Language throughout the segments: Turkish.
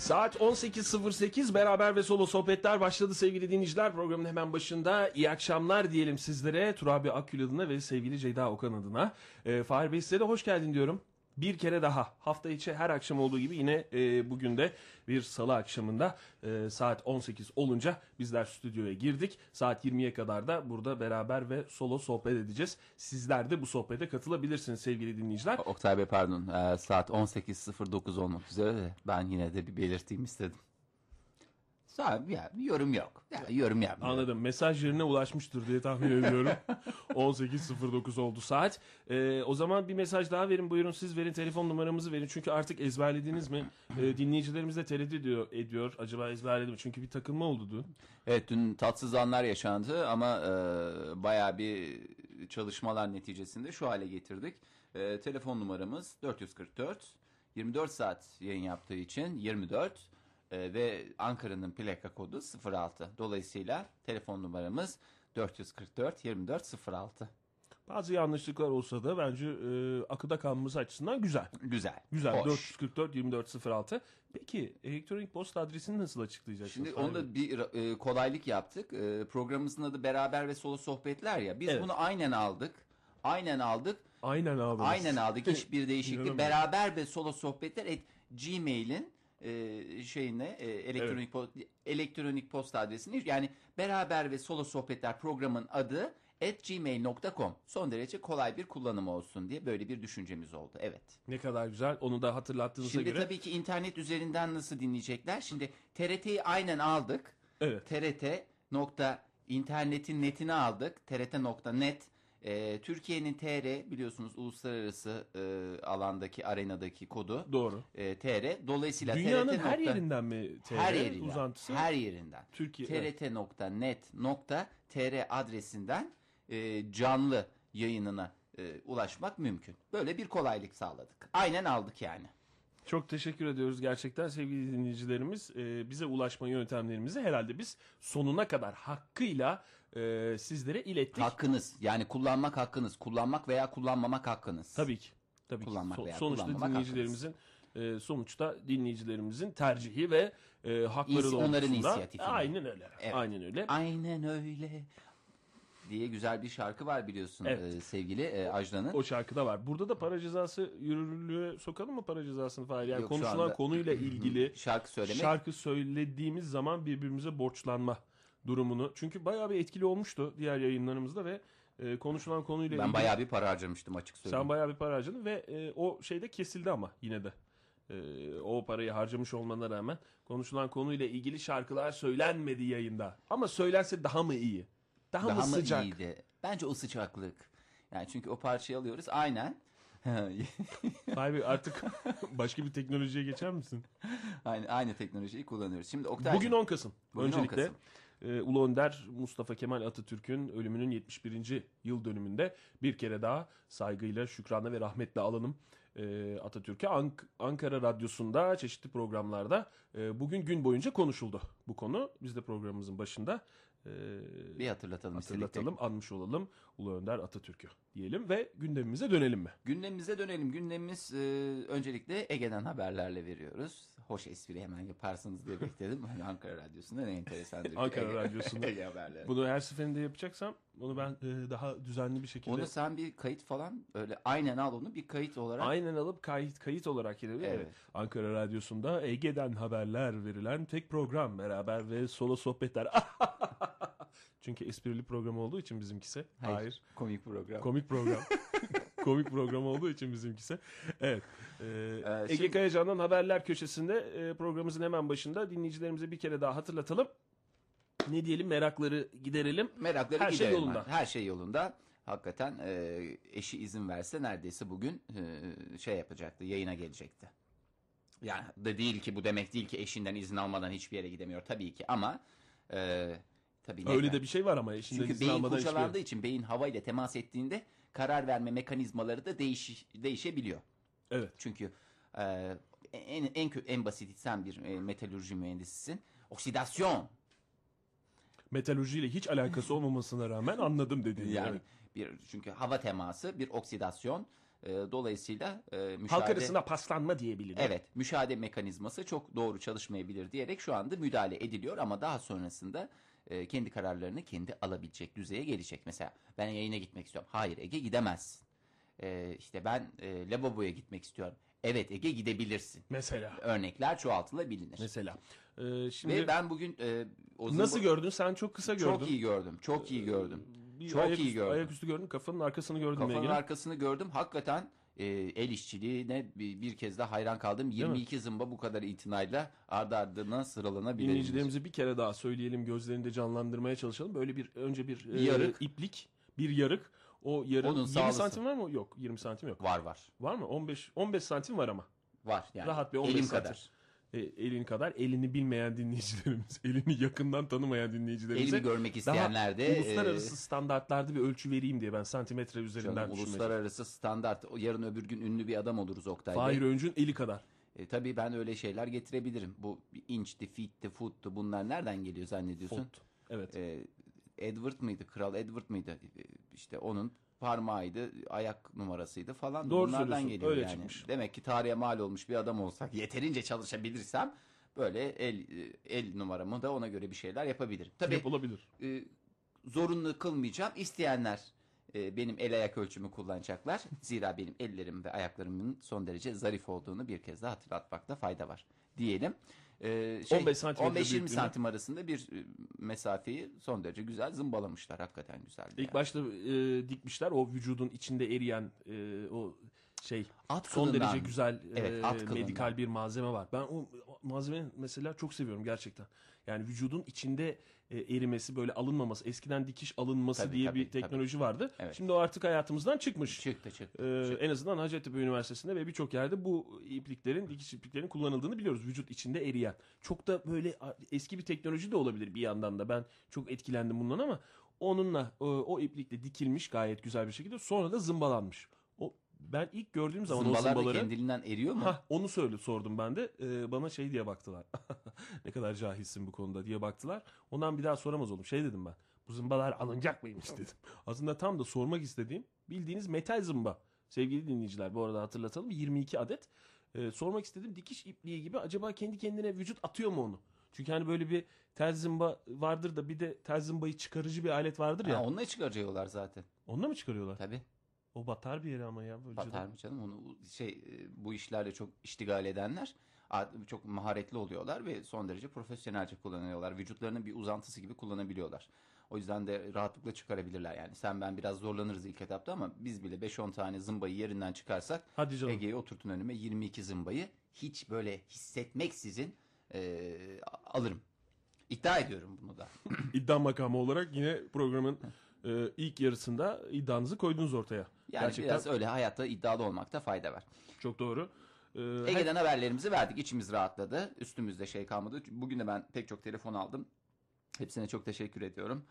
Saat 18.08 beraber ve solo sohbetler başladı sevgili dinleyiciler. Programın hemen başında iyi akşamlar diyelim sizlere. Turabi Akgül adına ve sevgili Ceyda Okan adına. Fahir Bey size de hoş geldin diyorum. Bir kere daha hafta içi her akşam olduğu gibi yine bugün de bir salı akşamında saat 18 olunca bizler stüdyoya girdik. Saat 20'ye kadar da burada beraber ve solo sohbet edeceğiz. Sizler de bu sohbete katılabilirsiniz sevgili dinleyiciler. Oktay Bey pardon, saat 18.09 olmak üzere de ben yine de bir belirteyim istedim. Ya, yorum yok. Ya, yorum yapmıyorum. Anladım. Mesaj yerine ulaşmıştır diye tahmin ediyorum. 18.09 oldu saat. O zaman bir mesaj daha verin. Buyurun siz verin. Telefon numaramızı verin. Çünkü artık ezberlediniz mi? Dinleyicilerimiz de tereddüt ediyor. Acaba ezberledim mi? Çünkü bir takılma oldu dün. Evet, dün tatsız anlar yaşandı ama bayağı bir çalışmalar neticesinde şu hale getirdik. Telefon numaramız 444. 24 saat yayın yaptığı için 24. Ve Ankara'nın plaka kodu 06. Dolayısıyla telefon numaramız 444 2406. Bazı yanlışlıklar olsa da bence akıda kalmamız açısından güzel. Güzel. Güzel. 444 2406. Peki elektronik posta adresini nasıl açıklayacaksınız? Şimdi onda bir kolaylık yaptık. Programımızın adı Beraber ve Solo Sohbetler ya. Biz bunu aynen aldık. Aynen aldık. Hiçbir değişiklik. Beraber ve Solo Sohbetler @gmail'in elektronik posta adresini, yani beraber ve solo sohbetler programın adı @gmail.com. Son derece kolay bir kullanımı olsun diye böyle bir düşüncemiz oldu. Evet. Ne kadar güzel. Onu da hatırlattığınıza göre. Şimdi tabii ki internet üzerinden nasıl dinleyecekler? Şimdi TRT'yi aynen aldık. Evet. internetin netini aldık. trt.net. Türkiye'nin TR biliyorsunuz uluslararası alandaki arenadaki kodu. Doğru. TR. Dolayısıyla dünyanın her yerinden mi TR her yerinden, uzantısı? Her yerinden. Türkiye. trt.net.tr adresinden canlı yayınına ulaşmak mümkün. Böyle bir kolaylık sağladık. Aynen aldık yani. Çok teşekkür ediyoruz gerçekten sevgili dinleyicilerimiz. Bize ulaşma yöntemlerimizi herhalde biz sonuna kadar hakkıyla sizlere ilettik. Hakkınız, yani kullanmak hakkınız. Kullanmak veya kullanmamak hakkınız. Tabii ki. Kullanmak veya sonuçta kullanmamak dinleyicilerimizin dinleyicilerimizin tercihi ve hakları doğrultusunda. Onların inisiyatifi. Aynen öyle. Evet. Aynen öyle diye güzel bir şarkı var biliyorsun, evet. Sevgili Ajda'nın. O şarkıda var. Burada da para cezası yürürlüğe sokalım mı para cezasını falan? Yani yok, konuşulan konuyla ilgili şarkı söylediğimiz zaman birbirimize borçlanma durumunu. Çünkü bayağı bir etkili olmuştu diğer yayınlarımızda ve konuşulan konuyla ilgili. Ben bayağı bir para harcamıştım, açık söyleyeyim. Sen bayağı bir para harcadın ve o şeyde kesildi ama yine de. O parayı harcamış olmana rağmen konuşulan konuyla ilgili şarkılar söylenmedi yayında. Ama söylense daha mı iyi? Daha mı sıcak? Iyiydi. Bence o sıcaklık. Yani çünkü o parçayı alıyoruz aynen. Abi artık başka bir teknolojiye geçer misin? Aynı teknolojiyi kullanıyoruz. Şimdi Oktay'cığım, bugün 10 Kasım. Öncelikle 10 Kasım. Ulu Önder Mustafa Kemal Atatürk'ün ölümünün 71. yıl dönümünde bir kere daha saygıyla, şükranla ve rahmetle alalım Atatürk'e. Ankara Radyosu'nda çeşitli programlarda bugün gün boyunca konuşuldu bu konu. Biz de programımızın başında bir hatırlatalım, anmış olalım Ulu Önder Atatürk'ü diyelim ve gündemimize dönelim mi? Gündemimize dönelim. Gündemimiz öncelikle Ege'den haberlerle veriyoruz. Hoş espri hemen yaparsınız diye bekledim. Ankara Radyosu'nda ne enteresan. Ankara Radyosu'nda. Ege haberleri. Bunu her seferinde yapacaksam onu ben daha düzenli bir şekilde. Onu sen bir kayıt falan öyle aynen al onu bir kayıt olarak. Aynen alıp kayıt olarak geliyor. Evet. Ankara Radyosu'nda Ege'den haberler verilen tek program beraber ve solo sohbetler. Çünkü esprili program olduğu için bizimkisi. Hayır. Komik program. Komik program. Komik program olduğu için bizimkisi. Evet. Ege şimdi... Kayacan'dan haberler köşesinde programımızın hemen başında dinleyicilerimize bir kere daha hatırlatalım. Ne diyelim, merakları giderelim. Her şey yolunda. Her şey yolunda. Hakikaten eşi izin verse neredeyse bugün yapacaktı, yayına gelecekti. Yani değil ki bu demek değil ki eşinden izin almadan hiçbir yere gidemiyor tabii ki ama tabii öyle de bir şey var ama eşinden çünkü izin beyin almadan kurcalandığı için beyin havayla temas ettiğinde karar verme mekanizmaları da değişebiliyor. Evet. Çünkü en basit sen bir metalürji mühendisisin. Oksidasyon. Metalürjiyle hiç alakası olmamasına rağmen anladım dediğini. Yani çünkü hava teması bir oksidasyon Dolayısıyla Halk müşahede... arasında paslanma diyebilirim. Evet, müşahede mekanizması çok doğru çalışmayabilir diyerek şu anda müdahale ediliyor ama daha sonrasında kendi kararlarını kendi alabilecek düzeye gelecek. Mesela ben yayına gitmek istiyorum. Hayır Ege, gidemezsin. İşte ben lavaboya gitmek istiyorum. Evet Ege, gidebilirsin. Mesela. Örnekler çoğaltılabilir. Mesela. Şimdi Ve ben bugün nasıl gördün? Sen çok kısa gördün. Çok iyi gördüm. Çok iyi gördüm. Bir Çok iyi gördüm. Ayaküstü gördün. Kafanın arkasını gördün. Kafanın Ege'nin. arkasını gördüm. Hakikaten el işçiliğine bir kez daha hayran kaldım. 22 zımba bu kadar itinayla ardı ardına sıralanabilir. Dinleyicilerimize bir kere daha söyleyelim. Gözlerini de canlandırmaya çalışalım. Böyle önce bir yarık. iplik, bir yarık. O yarığın Onun 20 sağlısı. santim var mı? Yok. 20 santim yok. Var. Var mı? 15 santim var ama. Var yani. Rahat bir 15 elim santim. kadar. Elin kadar. Elini bilmeyen dinleyicilerimiz, elini yakından tanımayan dinleyicilerimize. Elimi görmek isteyenler de uluslararası standartlarda bir ölçü vereyim diye ben santimetre üzerinden düşünmedim. Uluslararası standart. Yarın öbür gün ünlü bir adam oluruz Oktay Bey. Fahir Öğüncü'nün eli kadar. Tabii ben öyle şeyler getirebilirim. Bu inçti, fitti, foot'tu, bunlar nereden geliyor zannediyorsun? Foot. Evet. Edward mıydı? Kral Edward mıydı? İşte onun parmağıydı, ayak numarasıydı falan. Doğru Bunlardan söylüyorsun. geliyor Öyle yani. çıkmış. Demek ki tarihe mal olmuş bir adam olsak, yeterince çalışabilirsem böyle el numaramı da ona göre bir şeyler yapabilirim. Tabii Yapılabilir. zorunlu kılmayacağım. İsteyenler benim el ayak ölçümü kullanacaklar. Zira benim ellerim ve ayaklarımın son derece zarif olduğunu bir kez daha hatırlatmakta fayda var diyelim. 15 santimetre 15-20 büyüklüğünde. santim arasında bir mesafeyi son derece güzel zımbalamışlar. Hakikaten güzeldi. İlk yani. başta dikmişler o vücudun içinde eriyen o şey At son kılından. derece güzel Evet, at kılından. medikal bir malzeme var. Ben o malzemeyi mesela çok seviyorum gerçekten. Yani vücudun içinde erimesi, böyle alınmaması, eskiden dikiş alınması Tabii, diye tabii, bir teknoloji tabii. vardı. Evet. Şimdi o artık hayatımızdan çıkmış. Çıktı. En azından Hacettepe Üniversitesi'nde ve birçok yerde bu ipliklerin, dikiş ipliklerin kullanıldığını biliyoruz. Vücut içinde eriyen. Çok da böyle eski bir teknoloji de olabilir bir yandan da. Ben çok etkilendim bundan ama onunla o iplikle dikilmiş gayet güzel bir şekilde, sonra da zımbalanmış. Ben ilk gördüğüm zaman o Zımbalar da zımbaları kendiliğinden eriyor mu? onu sordum ben de. Bana şey diye baktılar. Ne kadar cahilsin bu konuda diye baktılar. Ondan bir daha soramaz oldum. Şey dedim ben. Bu zımbalar alınacak mıymış dedim. Aslında tam da sormak istediğim bildiğiniz metal zımba. Sevgili dinleyiciler, bu arada hatırlatalım, 22 adet. Sormak istediğim, dikiş ipliği gibi acaba kendi kendine vücut atıyor mu onu? Çünkü hani böyle bir tel zımba vardır da bir de tel zımbayı çıkarıcı bir alet vardır ya. Onunla çıkarıyorlar zaten. Onunla mı çıkarıyorlar? Tabii. O batar bir yere ama ya. Batar mı canım? Onu bu işlerle çok iştigal edenler çok maharetli oluyorlar ve son derece profesyonelce kullanıyorlar. Vücutlarının bir uzantısı gibi kullanabiliyorlar. O yüzden de rahatlıkla çıkarabilirler yani. Sen ben biraz zorlanırız ilk etapta ama biz bile 5-10 tane zımbayı yerinden çıkarsak, hadi canım. Ege'yi oturtun önüme 22 zımbayı hiç böyle hissetmeksizin alırım. İddia ediyorum bunu da. İddia makamı olarak yine programın ilk yarısında iddianızı koydunuz ortaya. Yani gerçekten biraz öyle hayatta iddialı olmakta fayda var. çok doğru. Ege'den haberlerimizi verdik. İçimiz rahatladı. Üstümüzde şey kalmadı. Bugün de ben pek çok telefon aldım. Hepsine çok teşekkür ediyorum.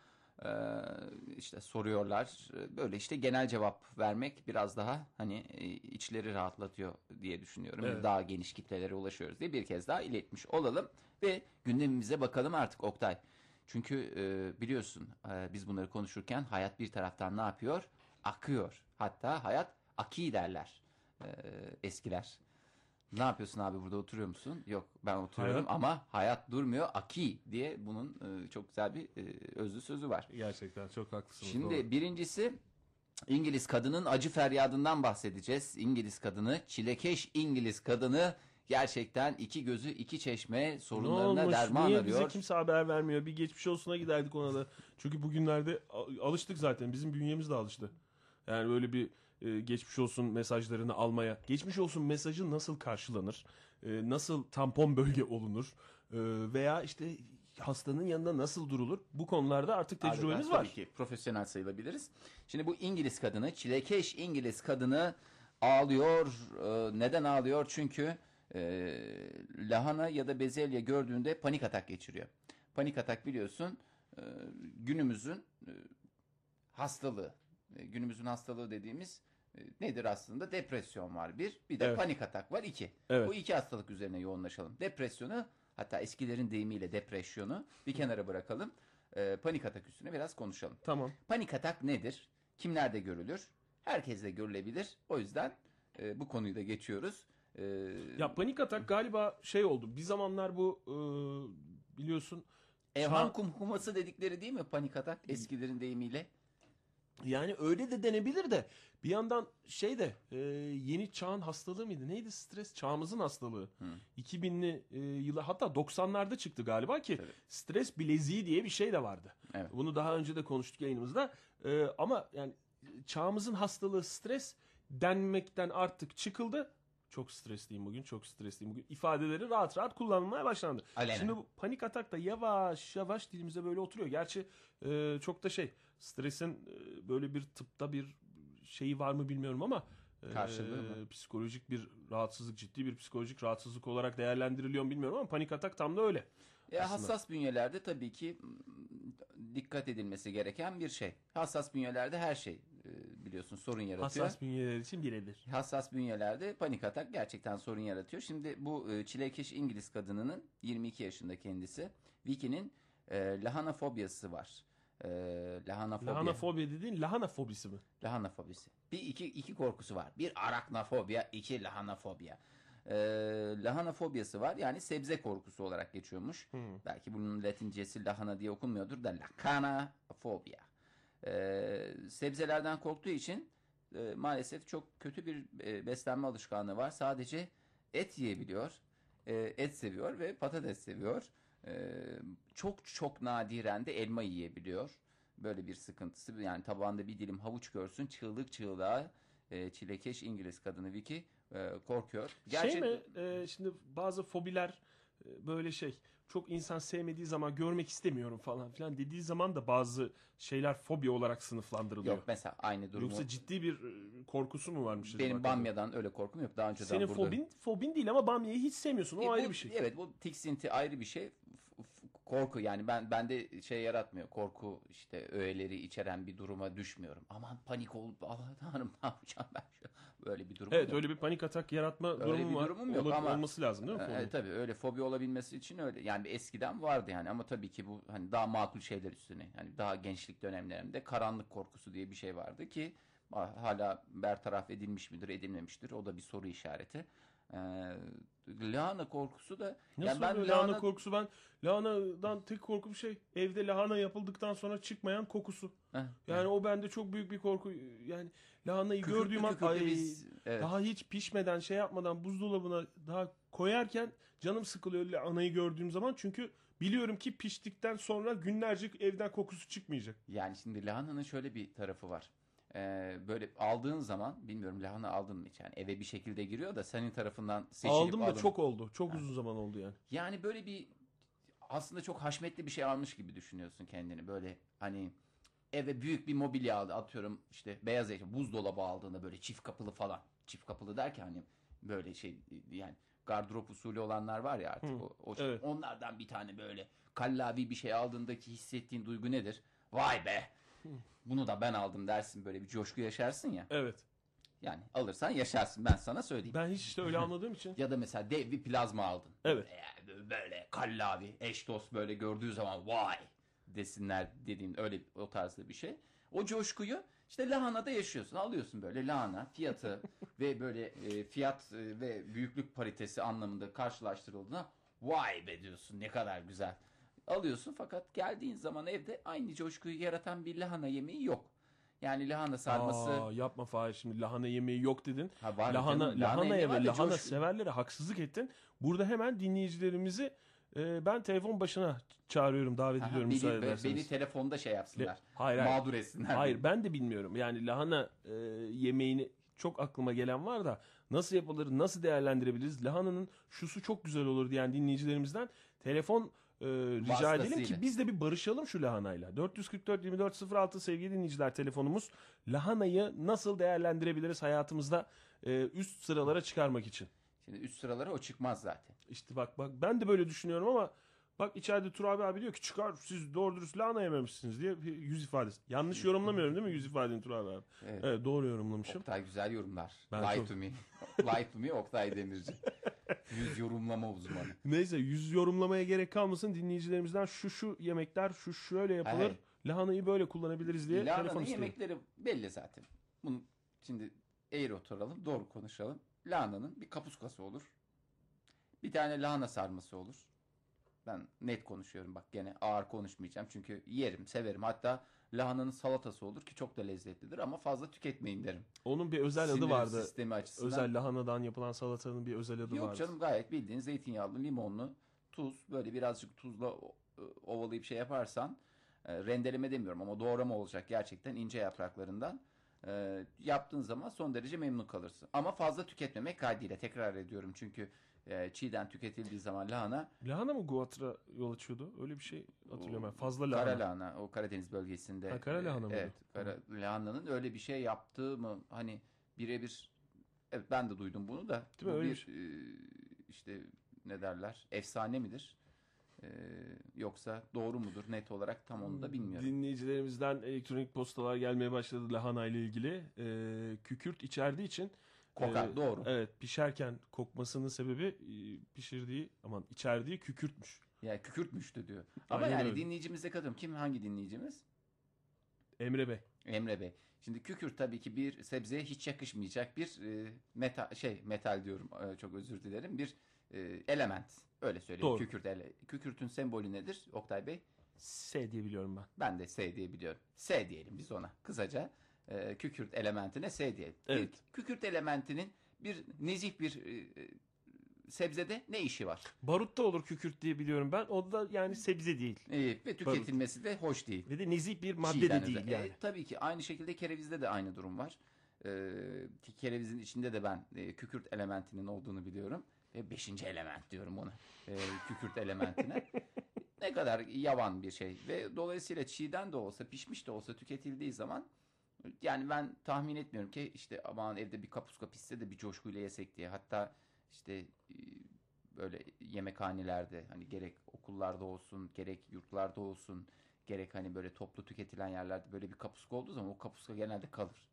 İşte soruyorlar. Böyle işte genel cevap vermek biraz daha hani içleri rahatlatıyor diye düşünüyorum. Evet. Daha geniş kitlelere ulaşıyoruz diye bir kez daha iletmiş olalım. Ve gündemimize bakalım artık Oktay. Çünkü biliyorsun biz bunları konuşurken hayat bir taraftan ne yapıyor? Akıyor. Hatta hayat aki derler eskiler. Ne yapıyorsun abi, burada oturuyor musun? Yok, ben oturuyorum ama hayat durmuyor. Aki diye bunun çok güzel bir özlü sözü var. Gerçekten çok haklısınız. Şimdi doğru. birincisi İngiliz kadının acı feryadından bahsedeceğiz. İngiliz kadını, çilekeş İngiliz kadını gerçekten iki gözü iki çeşme sorunlarına ne olmuş? derman Niye arıyor. bize kimse haber vermiyor? Bir geçmiş olsuna giderdik ona da. Çünkü bugünlerde alıştık zaten. Bizim bünyemiz de alıştı. Yani böyle bir geçmiş olsun mesajlarını almaya. Geçmiş olsun mesajı nasıl karşılanır? Nasıl tampon bölge olunur? Veya işte hastanın yanında nasıl durulur? Bu konularda artık tecrübemiz var. Tabii ki profesyonel sayılabiliriz. Şimdi bu İngiliz kadını, çilekeş İngiliz kadını ağlıyor. Neden ağlıyor? Çünkü lahana ya da bezelye gördüğünde panik atak geçiriyor. Panik atak biliyorsun günümüzün hastalığı. Günümüzün hastalığı dediğimiz nedir aslında? Depresyon var bir de Evet. panik atak var iki. Evet. Bu iki hastalık üzerine yoğunlaşalım. Depresyonu, hatta eskilerin deyimiyle depresyonu bir kenara bırakalım. Panik atak üstüne biraz konuşalım. Tamam. Panik atak nedir? Kimlerde görülür? herkesle görülebilir. O yüzden bu konuyu da geçiyoruz. Ya panik atak galiba şey oldu. Bir zamanlar bu biliyorsun Evham kumkuması dedikleri değil mi panik atak eskilerin deyimiyle? yani öyle de denebilir de bir yandan şey de yeni çağın hastalığı mıydı? Neydi? Stres çağımızın hastalığı. 2000'li yıllar hatta 90'larda çıktı galiba ki Evet. stres bileziği diye bir şey de vardı. Evet. Bunu daha önce de konuştuk yayınımızda. Ama yani çağımızın hastalığı stres denmekten artık çıkıldı. Çok stresliyim bugün, çok stresliyim bugün ifadeleri rahat rahat kullanılmaya başlandı. Alenen. Şimdi bu panik atak da yavaş yavaş dilimize böyle oturuyor. Gerçi çok da stresin böyle bir tıpta bir şeyi var mı bilmiyorum ama Karşılığı mı? psikolojik bir rahatsızlık, ciddi bir psikolojik rahatsızlık olarak değerlendiriliyor mu bilmiyorum ama panik atak tam da öyle. Hassas bünyelerde tabii ki dikkat edilmesi gereken bir şey. Hassas bünyelerde her şey biliyorsun sorun yaratıyor. Hassas bünyeler için birebir. Hassas bünyelerde panik atak gerçekten sorun yaratıyor. Şimdi bu çilekeş İngiliz kadınının 22 yaşında kendisi. Vicky'nin lahana fobiyası var. Lahana Lahanafobi dediğin lahana fobisi mi? Lahana fobisi. İki korkusu var. Bir araknofobia, iki lahana fobia. Lahana fobiyası var. Yani sebze korkusu olarak geçiyormuş. Belki bunun latincesi lahana diye okunmuyordur da lacana fobia. Sebzelerden korktuğu için maalesef çok kötü bir beslenme alışkanlığı var. Sadece et yiyebiliyor. Et seviyor ve patates seviyor. Çok çok nadiren de elma yiyebiliyor. Böyle bir sıkıntısı. Yani tabağında bir dilim havuç görsün çığlık çığlığa çilekeş İngiliz kadını Vicky korkuyor. Şey mi? Şimdi bazı fobiler böyle çok insan sevmediği zaman görmek istemiyorum falan filan dediği zaman da bazı şeyler fobi olarak sınıflandırılıyor. Yok mesela aynı durumu. Yoksa ciddi bir korkusu mu varmış? Benim acaba? bamyadan öyle korkum yok. Daha önceden Senin burada. fobin değil ama bamyayı hiç sevmiyorsun. O ayrı bir şey. Evet bu tiksinti ayrı bir şey. Korku yani bende şey yaratmıyor. Korku işte öğeleri içeren bir duruma düşmüyorum. Aman panik olup Allah Tanrım ne yapacağım ben şu böyle bir durum Evet yok. öyle bir panik atak yaratma Öyle durumu bir var. durumum yok ama olması lazım değil mi? Fobi? tabii öyle fobi olabilmesi için öyle. Yani eskiden vardı yani ama tabii ki bu hani daha makul şeyler üstüne. Yani daha gençlik dönemlerimde karanlık korkusu diye bir şey vardı ki hala bertaraf edilmiş midir, edilmemiştir. O da bir soru işareti. Lahana korkusu da Nasıl yani oluyor lahana korkusu? Ben lahanadan tek korkum evde lahana yapıldıktan sonra çıkmayan kokusu. Yani o bende çok büyük bir korku. Yani lahanayı gördüğüm an evet. daha hiç pişmeden yapmadan buzdolabına daha koyarken canım sıkılıyor lahanayı gördüğüm zaman. Çünkü biliyorum ki piştikten sonra günlerce evden kokusu çıkmayacak. Yani şimdi lahananın şöyle bir tarafı var. Böyle aldığın zaman bilmiyorum lahana aldın mı hiç yani eve bir şekilde giriyor da senin tarafından seçilip Aldım da çok oldu. Çok uzun zaman oldu yani. Yani böyle bir aslında çok haşmetli bir şey almış gibi düşünüyorsun kendini. Böyle hani eve büyük bir mobilya aldı atıyorum işte beyaz eşya buzdolabı aldığında böyle çift kapılı falan. Çift kapılı derken hani böyle yani gardırop usulü olanlar var ya artık evet. onlardan bir tane böyle kallavi bir şey aldığındaki hissettiğin duygu nedir? Vay be. Bunu da ben aldım dersin böyle bir coşku yaşarsın ya. Evet. Yani alırsan yaşarsın ben sana söyleyeyim. Ben hiç öyle anladığım için. Ya da mesela dev bir plazma aldın. Evet. Böyle kallavi eş dost böyle gördüğü zaman vay desinler dediğin öyle o tarzda bir şey. O coşkuyu işte lahanada yaşıyorsun. Alıyorsun böyle lahana fiyatı ve böyle fiyat ve büyüklük paritesi anlamında karşılaştırıldığında vay be diyorsun ne kadar güzel. Alıyorsun fakat geldiğin zaman evde aynı coşkuyu yaratan bir lahana yemeği yok. Yani lahana sarması. Yapma Fahir şimdi lahana yemeği yok dedin. Var canım, Lahanaya var ve da lahana severlere haksızlık ettin. Burada hemen dinleyicilerimizi ben telefon başına çağırıyorum, davet ediyorum müsaade ederseniz. Beni telefonda yapsınlar. Hayır. Mağdur etsinler. Hayır ben de bilmiyorum. Yani lahana yemeğini çok aklıma gelen var da nasıl yapılır, nasıl değerlendirebiliriz? Lahananın şusu çok güzel olur diyen dinleyicilerimizden telefon rica edelim ki biz de bir barışalım şu lahanayla. 444-2406 sevgili dinleyiciler telefonumuz. Lahanayı nasıl değerlendirebiliriz hayatımızda üst sıralara çıkarmak için? Şimdi üst sıralara o çıkmaz zaten. İşte bak ben de böyle düşünüyorum ama bak içeride Turabi abi diyor ki çıkar siz doğru dürüst lahana yememişsiniz diye bir yüz ifadesi. Yanlış yorumlamıyorum değil mi yüz ifadeni Turabi abi? Evet doğru yorumlamışım. Oktay güzel yorumlar. Ben Lie to me. Lie to me Oktay Demirci. Yüz yorumlama uzmanı. Neyse yüz yorumlamaya gerek kalmasın dinleyicilerimizden şu yemekler şu şöyle yapılır. Lahanayı böyle kullanabiliriz diye telefon Lahananın istiyorum. yemekleri belli zaten. Bunun Şimdi eğri oturalım, doğru konuşalım. Lahananın bir kapuskası olur. Bir tane lahana sarması olur. Ben net konuşuyorum, bak gene ağır konuşmayacağım. Çünkü yerim, severim. Hatta lahananın salatası olur ki çok da lezzetlidir ama fazla tüketmeyin derim. Onun bir özel adı Sinir vardı. sistemi açısından. Özel lahanadan yapılan salatanın bir özel adı Yok vardı. canım, gayet bildiğin zeytinyağlı, limonlu, tuz, böyle birazcık tuzla ovalayıp şey yaparsan, rendeleme demiyorum ama doğrama olacak gerçekten ince yapraklarından. Yaptığın zaman son derece memnun kalırsın. Ama fazla tüketmemek kaydıyla, tekrar ediyorum çünkü çiğden tüketildiği zaman lahana, Lahana mı Guatra yol açıyordu? Öyle bir şey hatırlıyorum ben. Fazla lahana. kara lahana, o Karadeniz bölgesinde. Ha, kara lahana mıydı? Evet, kara lahananın öyle bir şey yaptığı mı hani birebir, evet ben de duydum bunu da. Değil mi? Bu Öyle bir işte ne derler, efsane midir? Yoksa doğru mudur net olarak, tam onu da bilmiyorum. Dinleyicilerimizden elektronik postalar gelmeye başladı lahana ile ilgili. Kükürt içerdiği için Kokar, doğru. evet, pişerken kokmasının sebebi içerdiği kükürtmüş. Yani kükürtmüştü diyor. Ama Aynen yani öyle. dinleyicimize katılıyorum. Kim, hangi dinleyicimiz? Emre Bey. Emre Bey. Şimdi kükürt tabii ki bir sebzeye hiç yakışmayacak bir metal diyorum, çok özür dilerim, bir element. Öyle söyleyeyim. Doğru. Kükürtün sembolü nedir Oktay Bey? S diye biliyorum ben. Ben de S diye biliyorum. S diyelim biz ona kısaca. Kükürt elementine S diyelim. Evet. Bir kükürt elementinin bir nezih bir sebzede ne işi var? Barutta olur kükürt diye biliyorum ben. O da yani sebze değil. Ve tüketilmesi de hoş değil. Ve de nezih bir madde Çiğden de değil özel. yani. Tabii ki aynı şekilde kerevizde de aynı durum var. Ki kerevizin içinde de ben kükürt elementinin olduğunu biliyorum. Ve 5. element diyorum ona. Kükürt elementine. Ne kadar yavan bir şey. Ve dolayısıyla çiğden de olsa, pişmiş de olsa tüketildiği zaman, yani ben tahmin etmiyorum ki işte aman evde bir kapuska pişse de bir coşkuyla yesek diye. Hatta işte böyle yemekhanelerde, hani gerek okullarda olsun, gerek yurtlarda olsun, gerek hani böyle toplu tüketilen yerlerde böyle bir kapuska olduğu zaman o kapuska genelde kalır.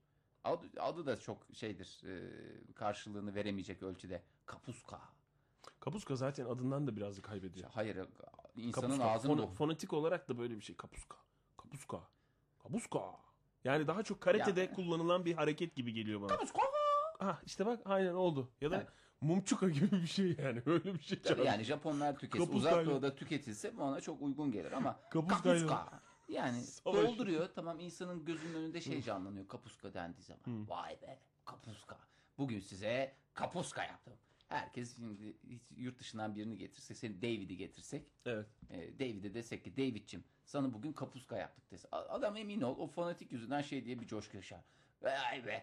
Adı da çok şeydir, karşılığını veremeyecek ölçüde. Kapuska. Kapuska zaten adından da birazcık kaybediyor. Hayır, insanın Kapuska. ağzını Fonetik olarak da böyle bir şey. Kapuska. Kapuska. Kapuska. Yani daha çok karatede Ya. kullanılan bir hareket gibi geliyor bana. Kapuska. Ah işte bak aynen oldu. Ya da Evet. mumçuka gibi bir şey yani. Öyle bir şey. Tabii çağırdı. yani Japonlar tüketsin, Kapuskayla. uzak doğuda tüketilse bana çok uygun gelir ama Kapuskayla. kapuska. Yani Savaş. dolduruyor, tamam, insanın gözünün önünde şey canlanıyor kapuska dendiği zaman. Vay be, kapuska. Bugün size kapuska yaptım. Herkes şimdi hiç yurt dışından birini getirsek, seni David'i getirsek, Evet. David'e desek ki David'cim sana bugün kapuska yaptık dese. Adam emin ol o fanatik yüzünden şey diye bir coşku yaşar. Vay be.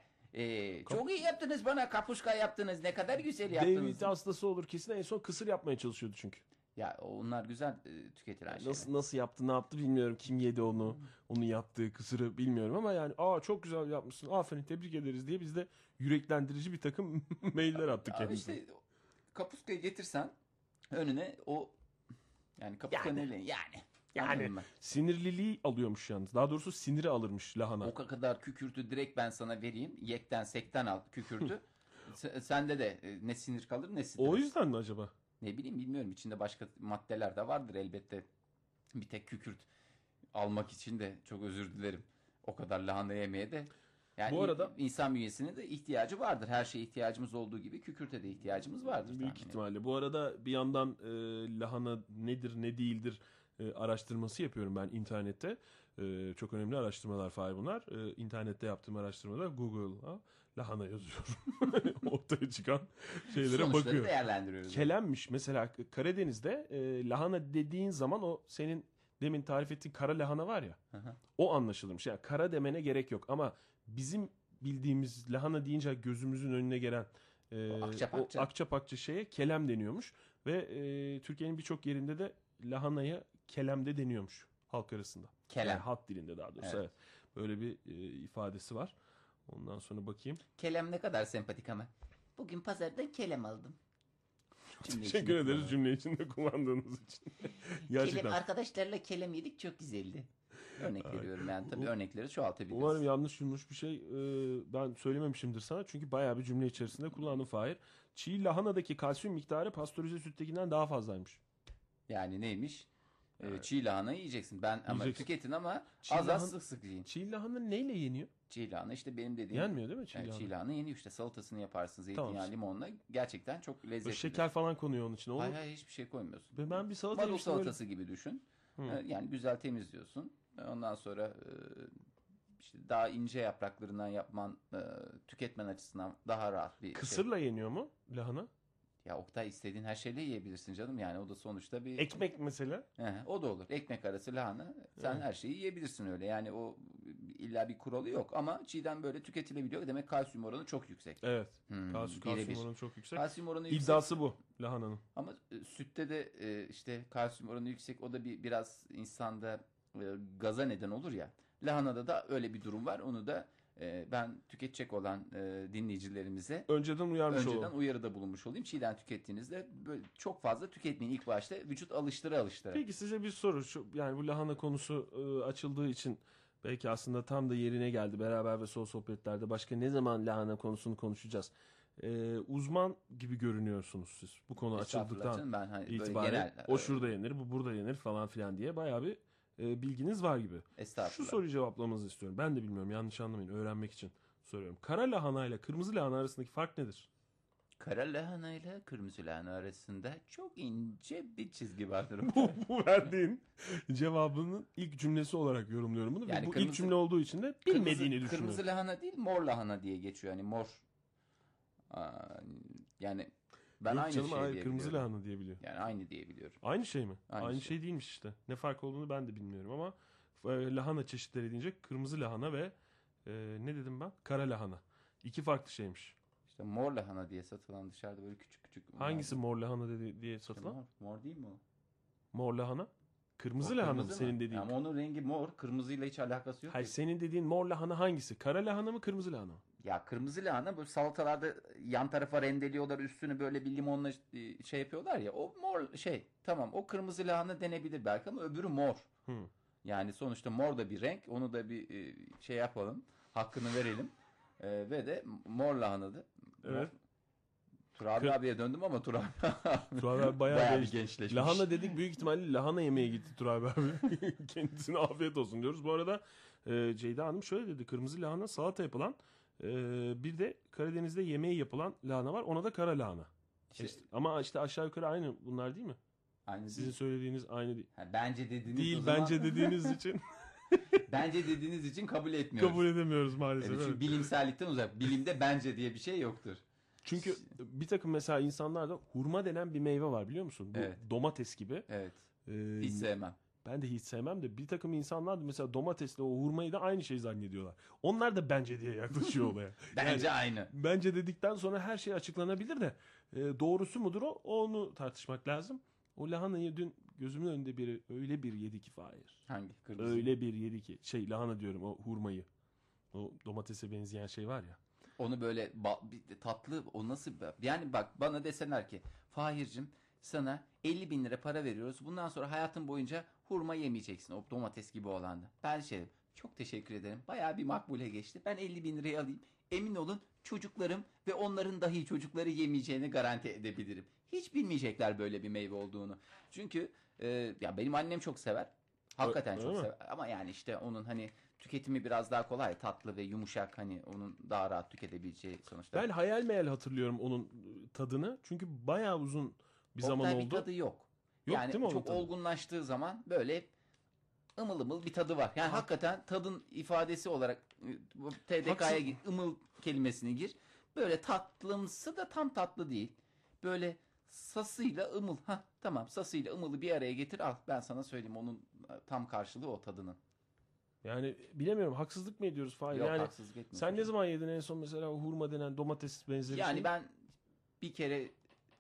Çok iyi yaptınız, bana kapuska yaptınız, ne kadar güzel yaptınız. David hastası olur kesin, en son kısır yapmaya çalışıyordu çünkü. Ya onlar güzel tüketilen şeyler. Nasıl yaptı, ne yaptı bilmiyorum. Kim yedi onu, onun yaptığı kısırı bilmiyorum ama yani çok güzel yapmışsın, aferin, tebrik ederiz diye biz de yüreklendirici bir takım mailler attık Abi kendisine. işte kapuskayı getirsen önüne, o yani kapuska Yani. yani. Yani. Yani Anladın mı? sinirliliği alıyormuş yalnız. Daha doğrusu siniri alırmış lahana. O kadar kükürtü direkt ben sana vereyim. Yekten sekten al kükürtü. Sende de ne sinir kalır ne stres. O yüzden mi acaba? Ne bileyim, bilmiyorum. İçinde başka maddeler de vardır elbette. Bir tek kükürt almak için de çok özür dilerim. O kadar lahana yemeye de. Yani Bu arada- insan bünyesine de ihtiyacı vardır. Her şeye ihtiyacımız olduğu gibi kükürte de ihtiyacımız vardır. Büyük tahminim. ihtimalle. Bu arada bir yandan lahana nedir ne değildir araştırması yapıyorum ben internette. Çok önemli araştırmalar Fahir bunlar. İnternette yaptığım araştırmada Google'a lahana yazıyorum. Ortaya çıkan şeylere Sonuçları bakıyorum. değerlendiriyoruz. Kelemmiş mesela Karadeniz'de lahana dediğin zaman o senin demin tarif ettiğin kara lahana var ya, Hı hı. o anlaşılırmış. Yani kara demene gerek yok ama bizim bildiğimiz lahana deyince gözümüzün önüne gelen O akça akça pakça şeye kelem deniyormuş ve Türkiye'nin birçok yerinde de lahanaya kelem de deniyormuş halk arasında. Kelem. Yani halk dilinde daha doğrusu. Evet. Evet. Böyle bir ifadesi var. Ondan sonra bakayım. Kelem ne kadar sempatik ama. Bugün pazardan kelem aldım. Cümle Teşekkür içinde ederiz kullanıyorum. cümle içinde kullandığınız için. Gerçekten. Kelem, arkadaşlarla kelem yedik, çok güzeldi. Örnek veriyorum yani, tabii örnekleri çoğaltabiliriz. Umarım yanlış bir şey ben söylememişimdir sana. Çünkü bayağı bir cümle içerisinde kullandım Fahir. Çiğ lahanadaki kalsiyum miktarı pastörize süttekinden daha fazlaymış. Yani neymiş? Çiğ lahana yiyeceksin. Ben ama Yiyeceksin. tüketin ama Çiğ az lahana- sık sık yiyin. Çiğ lahana neyle yeniyor? Çiğ lahana işte benim dediğim. Yenmiyor değil mi çiğ Evet, lahana? çiğ lahana yeniyor işte, salatasını yaparsın zeytinyağı Tamam. limonla, gerçekten çok Böyle lezzetli. şeker falan konuyor onun içine. Hayır hayır, hiçbir şey koymuyorsun. Ve ben bir salata Marul yemiştim öyle. salatası gibi düşün. Yani güzel temizliyorsun. Ondan sonra işte daha ince yapraklarından yapman, tüketmen açısından daha rahat bir şey. Kısırla yeniyor mu lahana? Ya Oktay, istediğin her şeyle yiyebilirsin canım. Yani o da sonuçta bir... Ekmek mesela. O da olur. Ekmek arası lahana. Sen her şeyi yiyebilirsin öyle. Yani o illa bir kuralı yok ama çiğden böyle tüketilebiliyor. Demek kalsiyum oranı çok yüksek. Evet. birebir. Kalsiyum oranı çok yüksek. Kalsiyum oranı yüksek. İddiası bu lahananın. Ama sütte de işte kalsiyum oranı yüksek. O da biraz insanda gaza neden olur ya. Lahanada da öyle bir durum var. Onu da ben tüketecek olan dinleyicilerimize Önceden uyarmış önceden olalım. uyarıda bulunmuş olayım. Çiğden tükettiğinizde böyle çok fazla tüketmeyin ilk başta. Vücut alıştıra. Peki size bir soru. Yani bu lahana konusu açıldığı için belki aslında tam da yerine geldi. Beraber ve sohbetlerde başka ne zaman lahana konusunu konuşacağız? Uzman gibi görünüyorsunuz siz bu konu Estağfurullah açıldıktan canım, ben hani böyle itibaren. genel, O şurada yenir, bu burada yenir falan filan diye bayağı bir bilginiz var gibi. Şu estağfurullah. soruyu cevaplamanızı istiyorum. Ben de bilmiyorum, yanlış anlamayın, öğrenmek için soruyorum. Kara lahana ile kırmızı lahana arasındaki fark nedir? Kara lahana ile kırmızı lahana arasında çok ince bir çizgi vardır. Bu verdiğin cevabının ilk cümlesi olarak yorumluyorum bunu. Yani Ve bu kırmızı- ilk cümle olduğu için de bilmediğini düşünüyorum. Kırmızı lahana değil, mor lahana diye geçiyor. Hani mor. Aa, yani ben Yok aynı canım, şey hayır, diye kırmızı biliyorum. lahana diye biliyor. Yani aynı diye biliyorum. Aynı şey mi? Aynı Aynı şey. şey değilmiş işte. Ne fark olduğunu ben de bilmiyorum ama lahana çeşitleri deyince kırmızı lahana ve ne dedim ben? Kara lahana. İki farklı şeymiş. İşte mor lahana diye satılan dışarıda böyle küçük küçük. Hangisi mor lahana diye İşte satılan? mor değil mi o? Mor lahana. Kırmızı O lahana mı kırmızı senin dediğin? Ama onun rengi mor. Kırmızıyla hiç alakası yok. Hayır, ki. senin dediğin mor lahana hangisi? Kara lahana mı, kırmızı lahana mı? Ya kırmızı lahana böyle salatalarda yan tarafa rendeliyorlar, üstünü böyle bir limonla şey yapıyorlar ya, o mor şey, tamam, o kırmızı lahana denebilir belki ama öbürü mor. Yani sonuçta mor da bir renk, onu da bir şey yapalım, hakkını verelim. Ve de mor lahanadı. Evet. Turabi abiye döndüm ama Turabi Turabi abi bayağı bayağı bir genç. gençleşmiş. Lahana dedik, büyük ihtimalle lahana yemeye gitti Turabi abi. Kendisine afiyet olsun diyoruz. Bu arada Ceyda Hanım şöyle dedi. Kırmızı lahana salata yapılan, bir de Karadeniz'de yemeği yapılan lahana var. Ona da kara lahana. İşte, Ama işte aşağı yukarı aynı bunlar değil mi? aynı Sizin değil. söylediğiniz aynı değil. Ha, bence dediğiniz Değil o zaman, bence dediğiniz için bence dediğiniz için kabul etmiyoruz. kabul edemiyoruz maalesef. Evet, evet. çünkü bilimsellikten uzak. Bilimde bence diye bir şey yoktur. Çünkü bir takım mesela insanlarda hurma denen bir meyve var, biliyor musun? Bu Evet. domates gibi. Evet. Ee, Hiç sevmem. Ben de hiç sevmem de bir takım insanlar da mesela domatesle o hurmayı da aynı şey zannediyorlar. Onlar da bence diye yaklaşıyor olaya. Bence Yani aynı. bence dedikten sonra her şey açıklanabilir de doğrusu mudur o? Onu tartışmak lazım. O lahanayı dün gözümün önünde öyle bir yedi ki Fahir. Hangi? Kırmızı. Öyle bir yedi ki. Lahana diyorum, o hurmayı. O domatese benzeyen şey var ya. Onu böyle bir tatlı, o nasıl? Yani bak, bana deseler ki Fahir'cim sana 50 bin lira para veriyoruz. Bundan sonra hayatın boyunca hurma yemeyeceksin. O domates gibi olandı. Ben çok teşekkür ederim. Bayağı bir makbule geçti. Ben 50 bin lirayı alayım. Emin olun çocuklarım ve onların dahi çocukları yemeyeceğini garanti edebilirim. Hiç bilmeyecekler böyle bir meyve olduğunu. Çünkü ya benim annem çok sever. Hakikaten Öyle çok mi? sever. Ama yani işte onun hani tüketimi biraz daha kolay. Tatlı ve yumuşak, hani onun daha rahat tüketebileceği sonuçta. Ben hayal meyal hatırlıyorum onun tadını. Çünkü bayağı uzun bir zaman Oktay, bir oldu. tadı yok. Yok Yani değil mi onun çok tadı? olgunlaştığı zaman böyle ımıl ımıl bir tadı var. Yani hakikaten tadın ifadesi olarak TDK'ya Haksız- gir, ımıl kelimesini gir. Böyle tatlımsı da tam tatlı değil. Böyle sasıyla ımıl. Tamam, sasıyla ımılı bir araya getir, al. Ben sana söyleyeyim, onun tam karşılığı o tadının. Yani bilemiyorum, haksızlık mı ediyoruz Fahir? Yok, Yani haksızlık etmiyorsun. sen ne zaman yedin en son mesela o hurma denen domates benzeri Yani şey? ben bir kere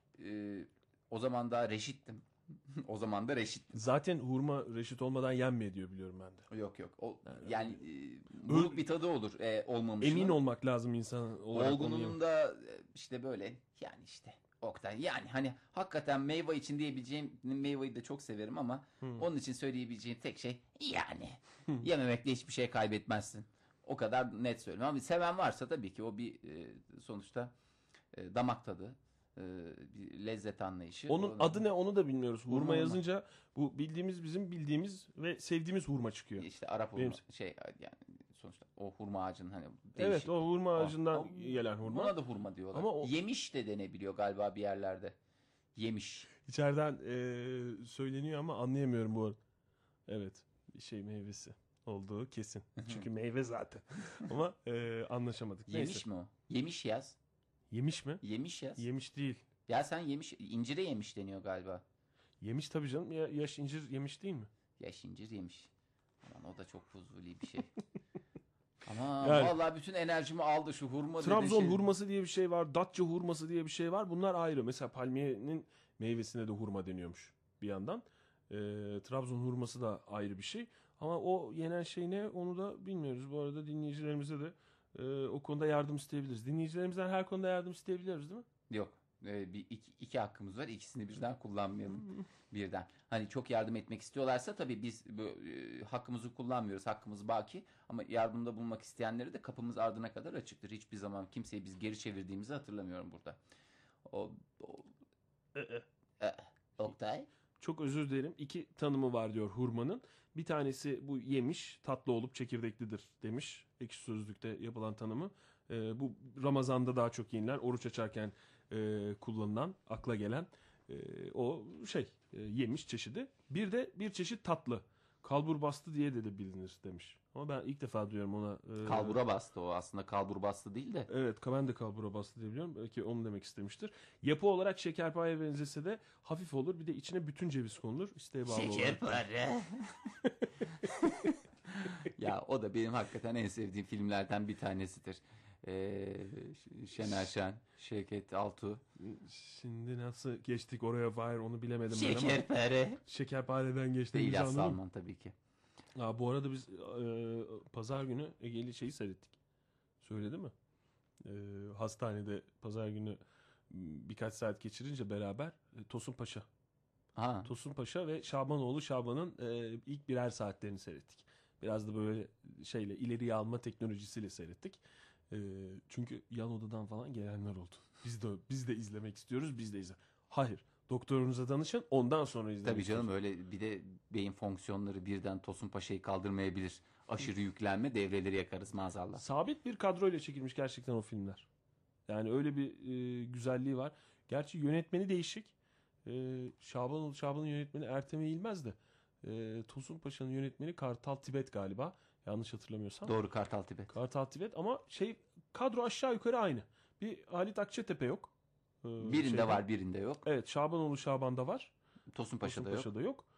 o zaman daha reşittim. O zaman da reşittim. Zaten hurma reşit olmadan yenmiyor diyor, biliyorum ben de. Yok. Yani buruk bir tadı olur olmamışının. Emin olmak lazım insan olarak. onu Olgununun yemek. da işte böyle, yani işte Oktay, yani hani hakikaten meyve için diyebileceğim, meyveyi de çok severim ama onun için söyleyebileceğim tek şey yani yememekle hiçbir şey kaybetmezsin. O kadar net söylüyorum ama seven varsa tabii ki o bir sonuçta damak tadı. bir lezzet anlayışı. Onun adı ne onu da bilmiyoruz. Hurma, Hurma. yazınca bu bizim bildiğimiz ve sevdiğimiz hurma çıkıyor. İşte Arap hurma Benim- yani sonuçta o hurma ağacının hani Evet, değişik. o hurma ağacından O- gelen hurma. Buna da hurma diyorlar. Ama o- Yemiş de denebiliyor galiba bir yerlerde. Yemiş. İçeriden söyleniyor ama anlayamıyorum bu arada. Evet, bir şey meyvesi olduğu kesin. Çünkü meyve zaten. Ama anlaşamadık. Yemiş Neyse. mi o? Yemiş yaz. Yemiş mi? Yemiş yaz. Yemiş değil. Ya sen yemiş, incire yemiş deniyor galiba. Yemiş tabii canım. Yaş incir yemiş değil mi? Yaş incir yemiş. Aman o da çok fuzuli bir şey. Ama Yani- vallahi bütün enerjimi aldı şu hurma dediği Trabzon şey. hurması diye bir şey var. Datça hurması diye bir şey var. Bunlar ayrı. Mesela palmiyenin meyvesine de hurma deniyormuş bir yandan. Trabzon hurması da ayrı bir şey. Ama o yenen şey ne onu da bilmiyoruz. Bu arada dinleyicilerimize de o konuda yardım isteyebiliriz. Dinleyicilerimizden her konuda yardım isteyebiliyoruz değil mi? Yok. İki hakkımız var. İkisini birden kullanmayalım. Birden. Hani çok yardım etmek istiyorlarsa tabii biz hakkımızı kullanmıyoruz. Hakkımız baki. Ama yardımda bulunmak isteyenlere de kapımız ardına kadar açıktır. Hiçbir zaman kimseyi biz geri çevirdiğimizi hatırlamıyorum burada. O Oktay. Çok özür dilerim. İki tanımı var diyor hurmanın. Bir tanesi bu yemiş, tatlı olup çekirdeklidir demiş. Ekşi Sözlük'te yapılan tanımı. Bu Ramazan'da daha çok yenilen, oruç açarken kullanılan, akla gelen o şey yemiş çeşidi. Bir de bir çeşit tatlı. Kalbur bastı diye de bilinir demiş. Ama ben ilk defa duyuyorum ona. Kalbura bastı o. Aslında kalbur bastı değil de. Evet, ben de kalbura bastı diye biliyorum. Belki onu demek istemiştir. Yapı olarak şekerpare benzese de hafif olur. Bir de içine bütün ceviz konulur. İsteğe bağlı olarak. Şekerpare. Ya o da benim hakikaten en sevdiğim filmlerden bir tanesidir. Şener Şen, Şevket Altuğ. Şimdi nasıl geçtik oraya Fahir onu bilemedim ben ama. Şekerpare. Şekerpareden Ve geçtiğimizi İlyas anladım. Salman tabii ki. Bu arada biz pazar günü Ege'li şeyi seyrettik. Söyledi mi? Hastanede pazar günü birkaç saat geçirince beraber Tosun Paşa. Ha. Tosun Paşa ve Şabanoğlu Şaban'ın ilk birer saatlerini seyrettik. Biraz da böyle şeyle ileriye alma teknolojisiyle seyrettik. Çünkü yan odadan falan gelenler oldu. Biz de izlemek istiyoruz, biz de izle. Hayır, doktorunuza danışın, ondan sonra izleyin. Tabii canım öyle bir de beyin fonksiyonları birden Tosun Paşa'yı kaldırmayabilir. Aşırı yüklenme devreleri yakarız maazallah. Sabit bir kadroyla çekilmiş gerçekten o filmler. Yani öyle bir güzelliği var. Gerçi yönetmeni değişik. Şaban'ın yönetmeni Ertem Eğilmez de Tosun Paşa'nın yönetmeni Kartal Tibet galiba. Yanlış hatırlamıyorsam. Doğru, Kartal Tibet. Kartal Tibet ama kadro aşağı yukarı aynı. Bir Halit Akçatepe yok. Birinde şeyde. var, birinde yok. Evet, Şabanoğlu Şaban'da var. Tosun Paşa'da Tosun yok. Paşa'da yok.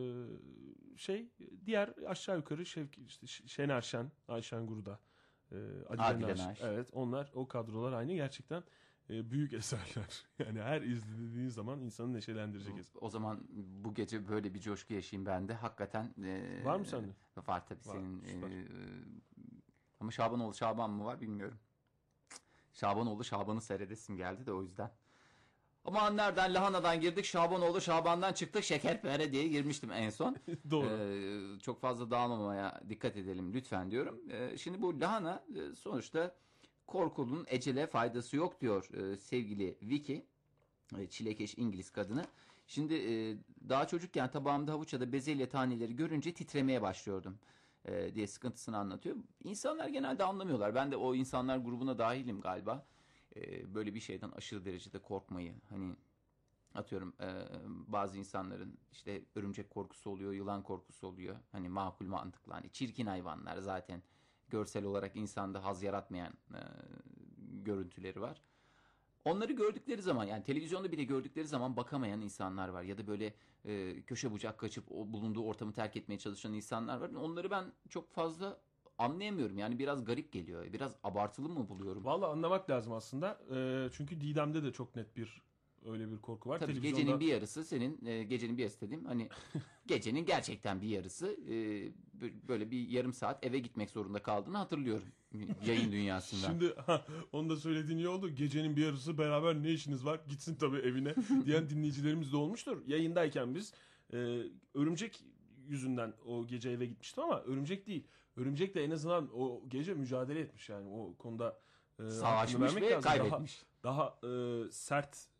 Diğer aşağı yukarı işte Şener Şen, Ayşen Guru'da. Adile Naş. Evet, onlar o kadrolar aynı gerçekten büyük eserler. Yani her izlediği zaman insanı neşelendirecek eser. O zaman bu gece böyle bir coşku yaşayayım ben de. Hakikaten Var mı sende? Var tabii Var, senin. süper. Ama Şabanoğlu Şaban mı var bilmiyorum. Şabanoğlu Şaban'ı seyredesim geldi de o yüzden. Ama nereden lahanadan girdik, Şabanoğlu Şaban'dan çıktık, şekerpare diye girmiştim en son. Doğru. Çok fazla dağılmamaya dikkat edelim lütfen diyorum. Şimdi bu lahana sonuçta korkulunun ecele faydası yok diyor sevgili Vicky, çilekeş İngiliz kadını. Şimdi daha çocukken tabağımda havuç ya da bezelye taneleri görünce titremeye başlıyordum diye sıkıntısını anlatıyor. İnsanlar genelde anlamıyorlar. Ben de o insanlar grubuna dahilim galiba. Böyle bir şeyden aşırı derecede korkmayı, hani atıyorum bazı insanların işte örümcek korkusu oluyor, yılan korkusu oluyor. Hani makul mantıklı, hani çirkin hayvanlar zaten görsel olarak insanda haz yaratmayan görüntüleri var. Onları gördükleri zaman, yani televizyonda bile gördükleri zaman bakamayan insanlar var. Ya da böyle köşe bucak kaçıp o bulunduğu ortamı terk etmeye çalışan insanlar var. Onları ben çok fazla anlayamıyorum. Yani biraz garip geliyor. Biraz abartılı mı buluyorum? Vallahi anlamak lazım aslında. Çünkü Didem'de de çok net öyle bir korku var. Tabii Televizyonda... gecenin bir yarısı senin gecenin bir yarısı dediğim hani gecenin gerçekten bir yarısı böyle bir yarım saat eve gitmek zorunda kaldığını hatırlıyorum yayın dünyasında. Şimdi onu da söylediğin iyi oldu. Gecenin bir yarısı beraber ne işiniz var? Gitsin tabii evine diyen dinleyicilerimiz de olmuştur. Yayındayken biz örümcek yüzünden o gece eve gitmiştim ama örümcek değil. Örümcek de en azından o gece mücadele etmiş yani o konuda hakkını Savaşmış vermek ve lazım. kaybetmiş. Daha sert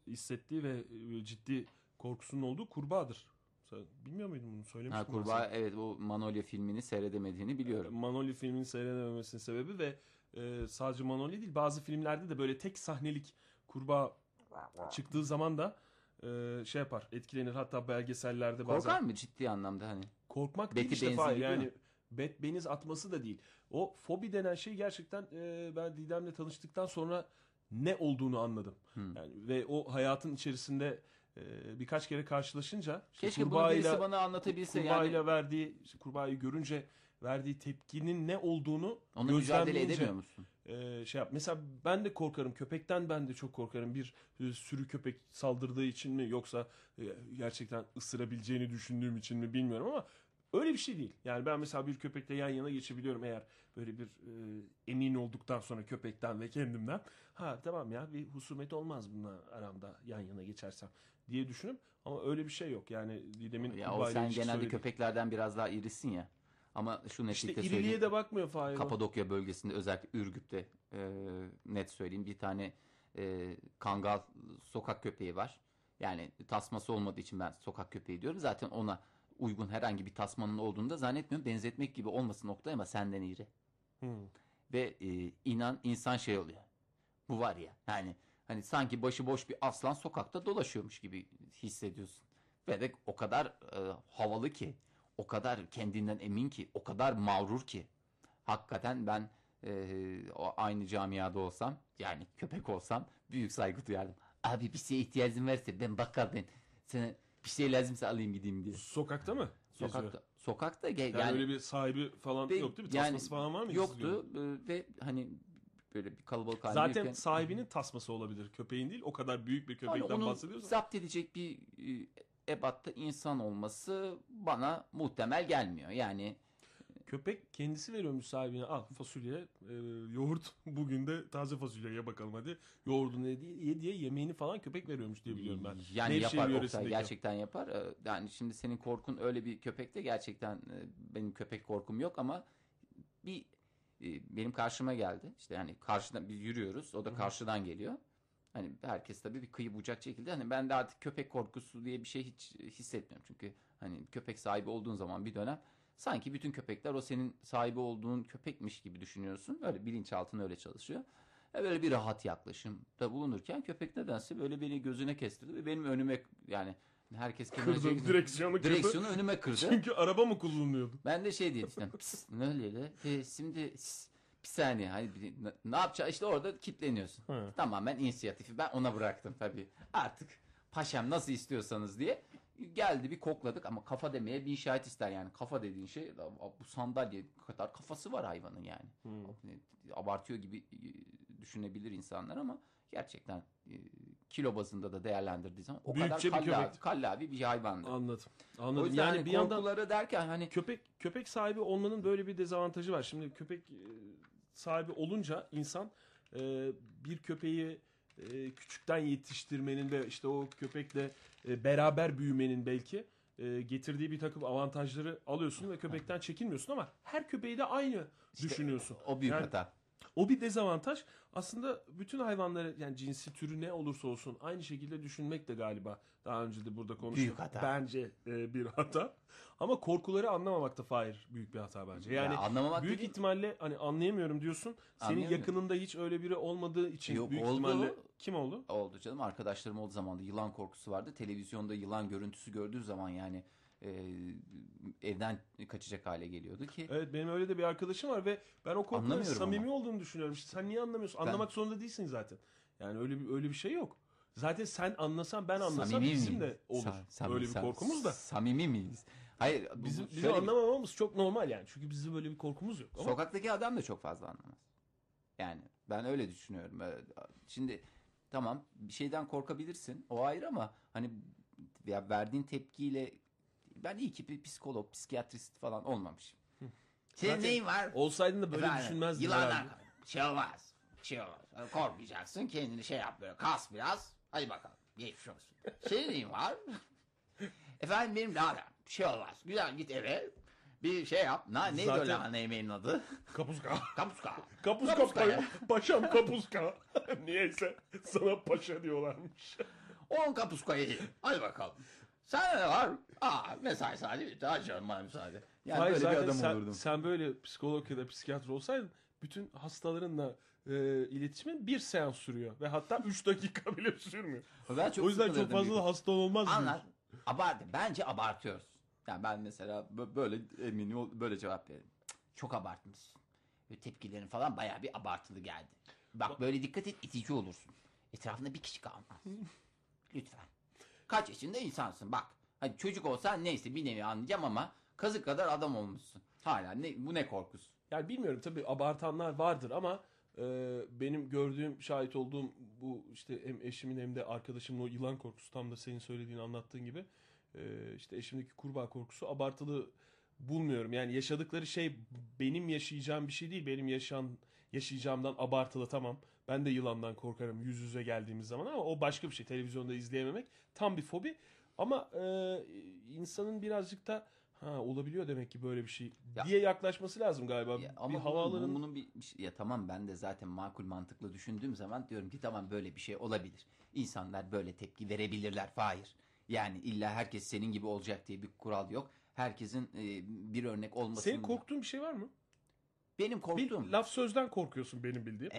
hissettiği ve ciddi korkusunun olduğu kurbağadır. Sen bilmiyor muydun bunu? Söylemiştim. Kurbağa, evet, o Manolya filmini seyredemediğini biliyorum. Manolya filminin seyredememesinin sebebi ve sadece Manolya değil, bazı filmlerde de böyle tek sahnelik kurbağa çıktığı zaman da şey yapar, etkilenir. Hatta belgesellerde bazen. Korkar mı ciddi anlamda hani? Korkmak değil Beti işte benzi Fahir. gibi Yani mi? beniz atması da değil. O fobi denen şey gerçekten ben Didem'le tanıştıktan sonra ne olduğunu anladım. Yani ve o hayatın içerisinde birkaç kere karşılaşınca işte Keşke bunu birisi bana anlatabilse kurbağayla yani. verdiği, işte kurbağayı görünce verdiği tepkinin ne olduğunu Onunla mücadele gözlemleyince, edemiyor musun? şey yap. Mesela ben de korkarım. Köpekten ben de çok korkarım. Bir sürü köpek saldırdığı için mi, yoksa gerçekten ısırabileceğini düşündüğüm için mi bilmiyorum, ama öyle bir şey değil. Yani ben mesela bir köpekle yan yana geçebiliyorum eğer böyle bir emin olduktan sonra köpekten ve kendimden. Ha tamam ya, bir husumet olmaz bununla aramda yan yana geçersem diye düşünüp, ama öyle bir şey yok. Yani Didem'in Ya o kurbağayla sen ilişkisi genelde öyle değil. köpeklerden biraz daha irisin ya. Ama şu İşte netlikle iriliğe söyleyeyim. de bakmıyor Fahir. Kapadokya bölgesinde, özellikle Ürgüp'te, net söyleyeyim, bir tane Kangal sokak köpeği var. Yani tasması olmadığı için ben sokak köpeği diyorum. Zaten ona uygun herhangi bir tasmanın olduğunu da zannetmiyorum. Benzetmek gibi olmasın Oktay, ama senden iri. Ve inan, insan şey oluyor. Bu var ya, yani hani sanki başıboş bir aslan sokakta dolaşıyormuş gibi hissediyorsun. Ve de o kadar havalı ki, o kadar kendinden emin ki, o kadar mağrur ki. Hakikaten ben o aynı camiada olsam, yani köpek olsam, büyük saygı duyardım. Abi bir şeye ihtiyacın varsa ben bakkaldan sana bir şey lazımsa alayım gideyim diye. Sokakta mı geziyor? Sokakta Yani öyle bir sahibi falan yok değil mi? Tasması falan var mı? Yoktu ve hani böyle bir kalabalık Zaten halindeyken sahibinin tasması olabilir. Köpeğin değil. O kadar büyük bir hani köpekten onu bahsediyorsan. zapt edecek bir ebatta insan olması bana muhtemel gelmiyor. Yani Köpek kendisi veriyormuş sahibine. Al fasulye, yoğurt. Bugün de taze fasulye ye bakalım hadi. Yoğurdunu ye diye yemeğini falan köpek veriyormuş diye biliyorum ben. yani Nevşehir yapar Oktay, yöresindeki. gerçekten yapar. Yani şimdi senin korkun öyle bir köpekte, gerçekten benim köpek korkum yok, ama bir benim karşıma geldi. İşte yani karşıdan biz yürüyoruz. O da karşıdan geliyor. Hani herkes tabii bir kıyı bucak şekilde. Hani ben de artık köpek korkusu diye bir şey hiç hissetmiyorum. Çünkü hani köpek sahibi olduğun zaman bir dönem sanki bütün köpekler o senin sahibi olduğun köpekmiş gibi düşünüyorsun. Öyle bilinçaltın öyle çalışıyor. Böyle bir rahat yaklaşımda bulunurken köpek nedense böyle beni gözüne kestirdi ve benim önüme, yani herkes kenara Kırdı, çekildi. direksiyonu kırdı. Direksiyonu önüme kırdı. Çünkü araba mı kullanıyordu? Ben de şey diye düşündüm. Pis, ne öyle öyle? Şimdi bir saniye, hani ne yapacaksın? İşte orada kilitleniyorsun. Hı. Tamamen inisiyatifi ben ona bıraktım tabii. Artık paşam nasıl istiyorsanız diye. Geldi, bir kokladık, ama kafa demeye bir şahit ister yani. Kafa dediğin şey, bu sandalye kadar kafası var hayvanın yani. Abartıyor gibi düşünebilir insanlar, ama gerçekten kilo bazında da değerlendirdiği zaman o Büyükçe kadar bir köpekti. kallavi bir hayvandı. Anladım. O Anladım. yüzden Yani hani bir yandan korkuları derken hani köpek sahibi olmanın böyle bir dezavantajı var. Şimdi köpek sahibi olunca insan bir köpeği küçükten yetiştirmenin ve işte o köpekle beraber büyümenin belki getirdiği bir takım avantajları alıyorsun ve köpekten çekinmiyorsun, ama her köpeği de aynı düşünüyorsun. o büyük Yani hata. o bir dezavantaj. Aslında bütün hayvanları, yani cinsi, türü ne olursa olsun aynı şekilde düşünmek de galiba, daha önce de burada konuştuk. Büyük hata. Bence bir hata. Ama korkuları anlamamak da Fahir büyük bir hata bence. Yani Ya anlamamak büyük dediğim- ihtimalle hani anlayamıyorum diyorsun. Senin Anlayamıyorum. yakınında hiç öyle biri olmadığı için Yok, büyük oldu. ihtimalle kim oldu? Oldu canım, arkadaşlarım olduğu zaman da yılan korkusu vardı. Televizyonda yılan görüntüsü gördüğü zaman yani evden kaçacak hale geliyordu ki. Evet, benim öyle de bir arkadaşım var ve ben o korkuların Anlamıyorum samimi olduğunu düşünüyorum. İşte sen niye anlamıyorsun? Anlamak zorunda değilsin zaten. Yani öyle bir şey yok. Zaten sen anlasan, ben anlasam Samimi bizim miyiz? de olur. Öyle bir korkumuz da. Samimi miyiz? Hayır, Bizim şöyle bir- anlamamamız çok normal yani. Çünkü bizim böyle bir korkumuz yok. Ama sokaktaki adam da çok fazla anlamaz. Yani ben öyle düşünüyorum. Şimdi tamam, bir şeyden korkabilirsin, o ayrı, ama hani ya verdiğin tepkiyle ben iyi ki bir psikolog, psikiyatrist falan olmamışım. Senin Zaten neyin var? olsaydın da böyle Efendim, düşünmezdin yılanlar. herhalde. Şey olmaz. Şey olmaz. Korkmayacaksın. Kendini şey yap, böyle kas biraz. Hadi bakalım. Geçmiş olsun. Senin neyin var? Efendim benim de ara. Bir şey olmaz. Güzel, git eve. Bir şey yap. Neydi Zaten- öyle ana yemeğinin adı? Kapuska. Kapuska. Kapuska paşam kapuska. Niyeyse sana paşa diyorlarmış. 10 kapuskayı ye. Hadi bakalım. Sen ne var? Mesai saati bitti. Hadi canım bana müsaade. Yani Hayır, böyle bir zaten adam sen, olurdum. sen böyle psikolog ya da psikiyatr olsaydın bütün hastalarınla iletişimin bir seans sürüyor. Ve hatta 3 dakika bile sürmüyor. Ben çok O yüzden çok sıkılırdım fazla da hasta olmaz Anlar. diyorsun. Bence abartıyoruz. Yani ben mesela böyle eminim böyle cevap veririm. Çok abartmışsın. Böyle tepkilerin falan bayağı bir abartılı geldi. Bak böyle dikkat et, itici olursun. Etrafında bir kişi kalmaz. Lütfen. Kaç yaşında insansın bak. Hadi çocuk olsan neyse bir nevi anlayacağım ama kazık kadar adam olmuşsun. Hala bu ne korkusu? Yani bilmiyorum, tabii abartanlar vardır ama benim gördüğüm, şahit olduğum bu işte hem eşimin hem de arkadaşımın o yılan korkusu, tam da senin söylediğin, anlattığın gibi, işte eşimdeki kurbağa korkusu abartılı bulmuyorum. Yani yaşadıkları şey benim yaşayacağım bir şey değil. Benim yaşayacağımdan abartılı, tamam. Ben de yılandan korkarım yüz yüze geldiğimiz zaman ama o başka bir şey. Televizyonda izleyememek tam bir fobi. Ama insanın birazcık da olabiliyor demek ki böyle bir şey Ya- diye yaklaşması lazım galiba. Ya, Bir ama havaalanının bunun ya tamam ben de zaten makul mantıklı düşündüğüm zaman diyorum ki tamam böyle bir şey olabilir. İnsanlar böyle tepki verebilirler. Hayır. Yani illa herkes senin gibi olacak diye bir kural yok. Herkesin bir örnek olmasın. senin korktuğun bir şey var mı? Benim Bir korktuğum laf sözden korkuyorsun benim bildiğim.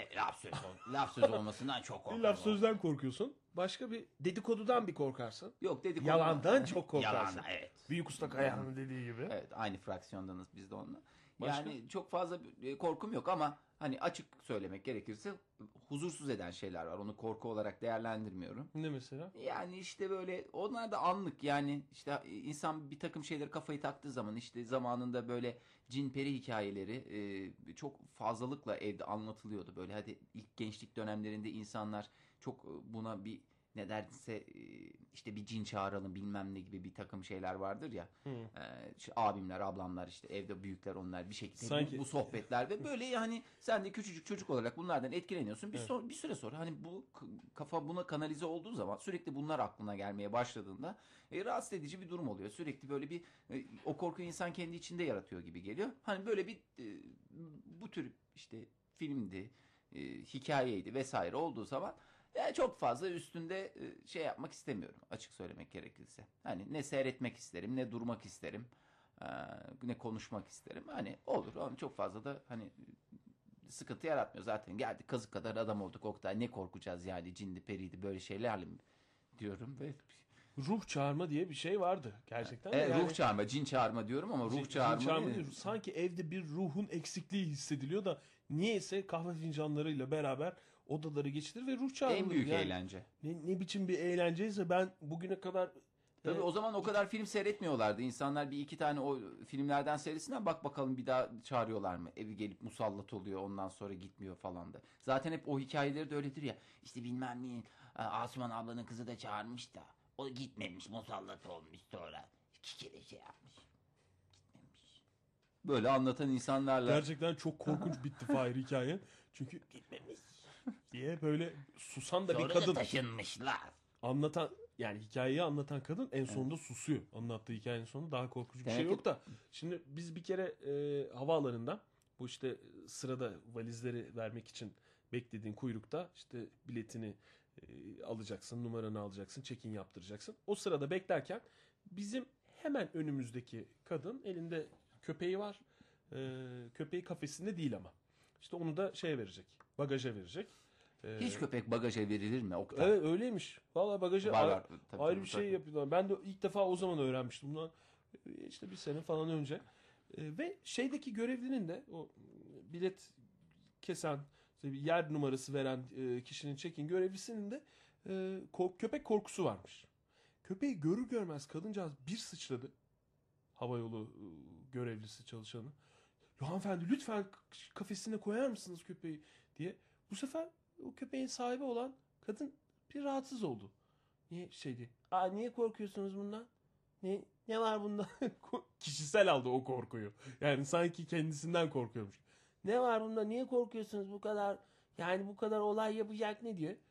laf söz olmasından çok Bir korkarım. laf sözden korkuyorsun. Başka bir dedikodudan bir korkarsın. Yok dedik. Yalandan çok korkarsın. Yalan evet. Büyük Usta Kayahan'ın dediği gibi. Evet aynı fraksiyondanız biz de onunla. Başka? Yani çok fazla korkum yok ama hani açık söylemek gerekirse huzursuz eden şeyler var. Onu korku olarak değerlendirmiyorum. Ne mesela? Yani işte böyle onlar da anlık yani işte insan bir takım şeyleri kafayı taktığı zaman işte zamanında böyle cin peri hikayeleri çok fazlalıkla evde anlatılıyordu. Böyle hadi ilk gençlik dönemlerinde insanlar çok buna bir ne derse işte bir cin çağıralım bilmem ne gibi bir takım şeyler vardır ya. İşte abimler, ablamlar işte evde büyükler onlar bir şekilde Sanki- bu sohbetler ve böyle yani sen de küçücük çocuk olarak bunlardan etkileniyorsun. Evet. Bir süre sonra hani bu kafa buna kanalize olduğu zaman sürekli bunlar aklına gelmeye başladığında rahatsız edici bir durum oluyor. Sürekli böyle bir o korkuyu insan kendi içinde yaratıyor gibi geliyor. Hani böyle bir bu tür işte filmdi, hikayeydi vesaire olduğu zaman yani çok fazla üstünde şey yapmak istemiyorum açık söylemek gerekirse. Hani ne seyretmek isterim ne durmak isterim. Ne konuşmak isterim. Hani olur ama çok fazla da hani sıkıntı yaratmıyor. Zaten geldik kazık kadar adam olduk Oktay. Ne korkacağız yani cindi periydi böyle şeylerle mi diyorum ve Ruh çağırma diye bir şey vardı gerçekten. de yani, ruh çağırma, cin çağırma diyorum ama ruh cin çağırma ne? değil. Sanki evde bir ruhun eksikliği hissediliyor da niyeyse kahve fincanlarıyla beraber odaları geçilir ve ruh çağrılır. En büyük Yani eğlence. ne biçim bir eğlenceyse ben bugüne kadar Tabii o zaman o kadar film seyretmiyorlardı. İnsanlar bir iki tane o filmlerden seyretsinler bak bakalım bir daha çağırıyorlar mı? Evi gelip musallat oluyor ondan sonra gitmiyor falan da. Zaten hep o hikayeleri de öyledir ya. İşte bilmem neyin Asuman ablanın kızı da çağırmış da o gitmemiş musallat olmuş sonra. 2 kere şey yapmış. Gitmemiş. Böyle anlatan insanlarla. gerçekten çok korkunç bitti Fahir hikaye. Çünkü gitmemiş diye böyle susan da bir Sonra kadın da taşınmışlar. anlatan, yani hikayeyi anlatan kadın en sonunda susuyor. Anlattığı hikayenin sonunda daha korkunç bir Demek şey ki- yok da. Şimdi biz bir kere havaalanından bu işte sırada valizleri vermek için beklediğin kuyrukta işte biletini alacaksın, numaranı alacaksın, check-in yaptıracaksın. O sırada beklerken bizim hemen önümüzdeki kadın elinde köpeği var. Köpeği kafesinde değil ama. İşte onu da şeye verecek. Bagaja verecek. Hiç köpek bagaja verilir mi Oktay? Evet öyleymiş. Vallahi bagaja Var. Tabii, ayrı tabii, bir şey tabii. yapıyorlar. Ben de ilk defa o zaman öğrenmiştim. Bundan işte bir sene falan önce. Ve şeydeki görevlinin de o bilet kesen, işte bir yer numarası veren kişinin check-in görevlisinin de köpek korkusu varmış. Köpeği görür görmez kadıncağız bir sıçradı. Havayolu görevlisi çalışanı. Ya hanımefendi lütfen kafesine koyar mısınız köpeği diye. Bu sefer o köpeğin sahibi olan kadın bir rahatsız oldu. Niye şeydi? Niye korkuyorsunuz bundan? Ne var bunda? Kişisel aldı o korkuyu. Yani sanki kendisinden korkuyormuş. Ne var bunda? Niye korkuyorsunuz bu kadar? Yani bu kadar olay yapacak ne diye.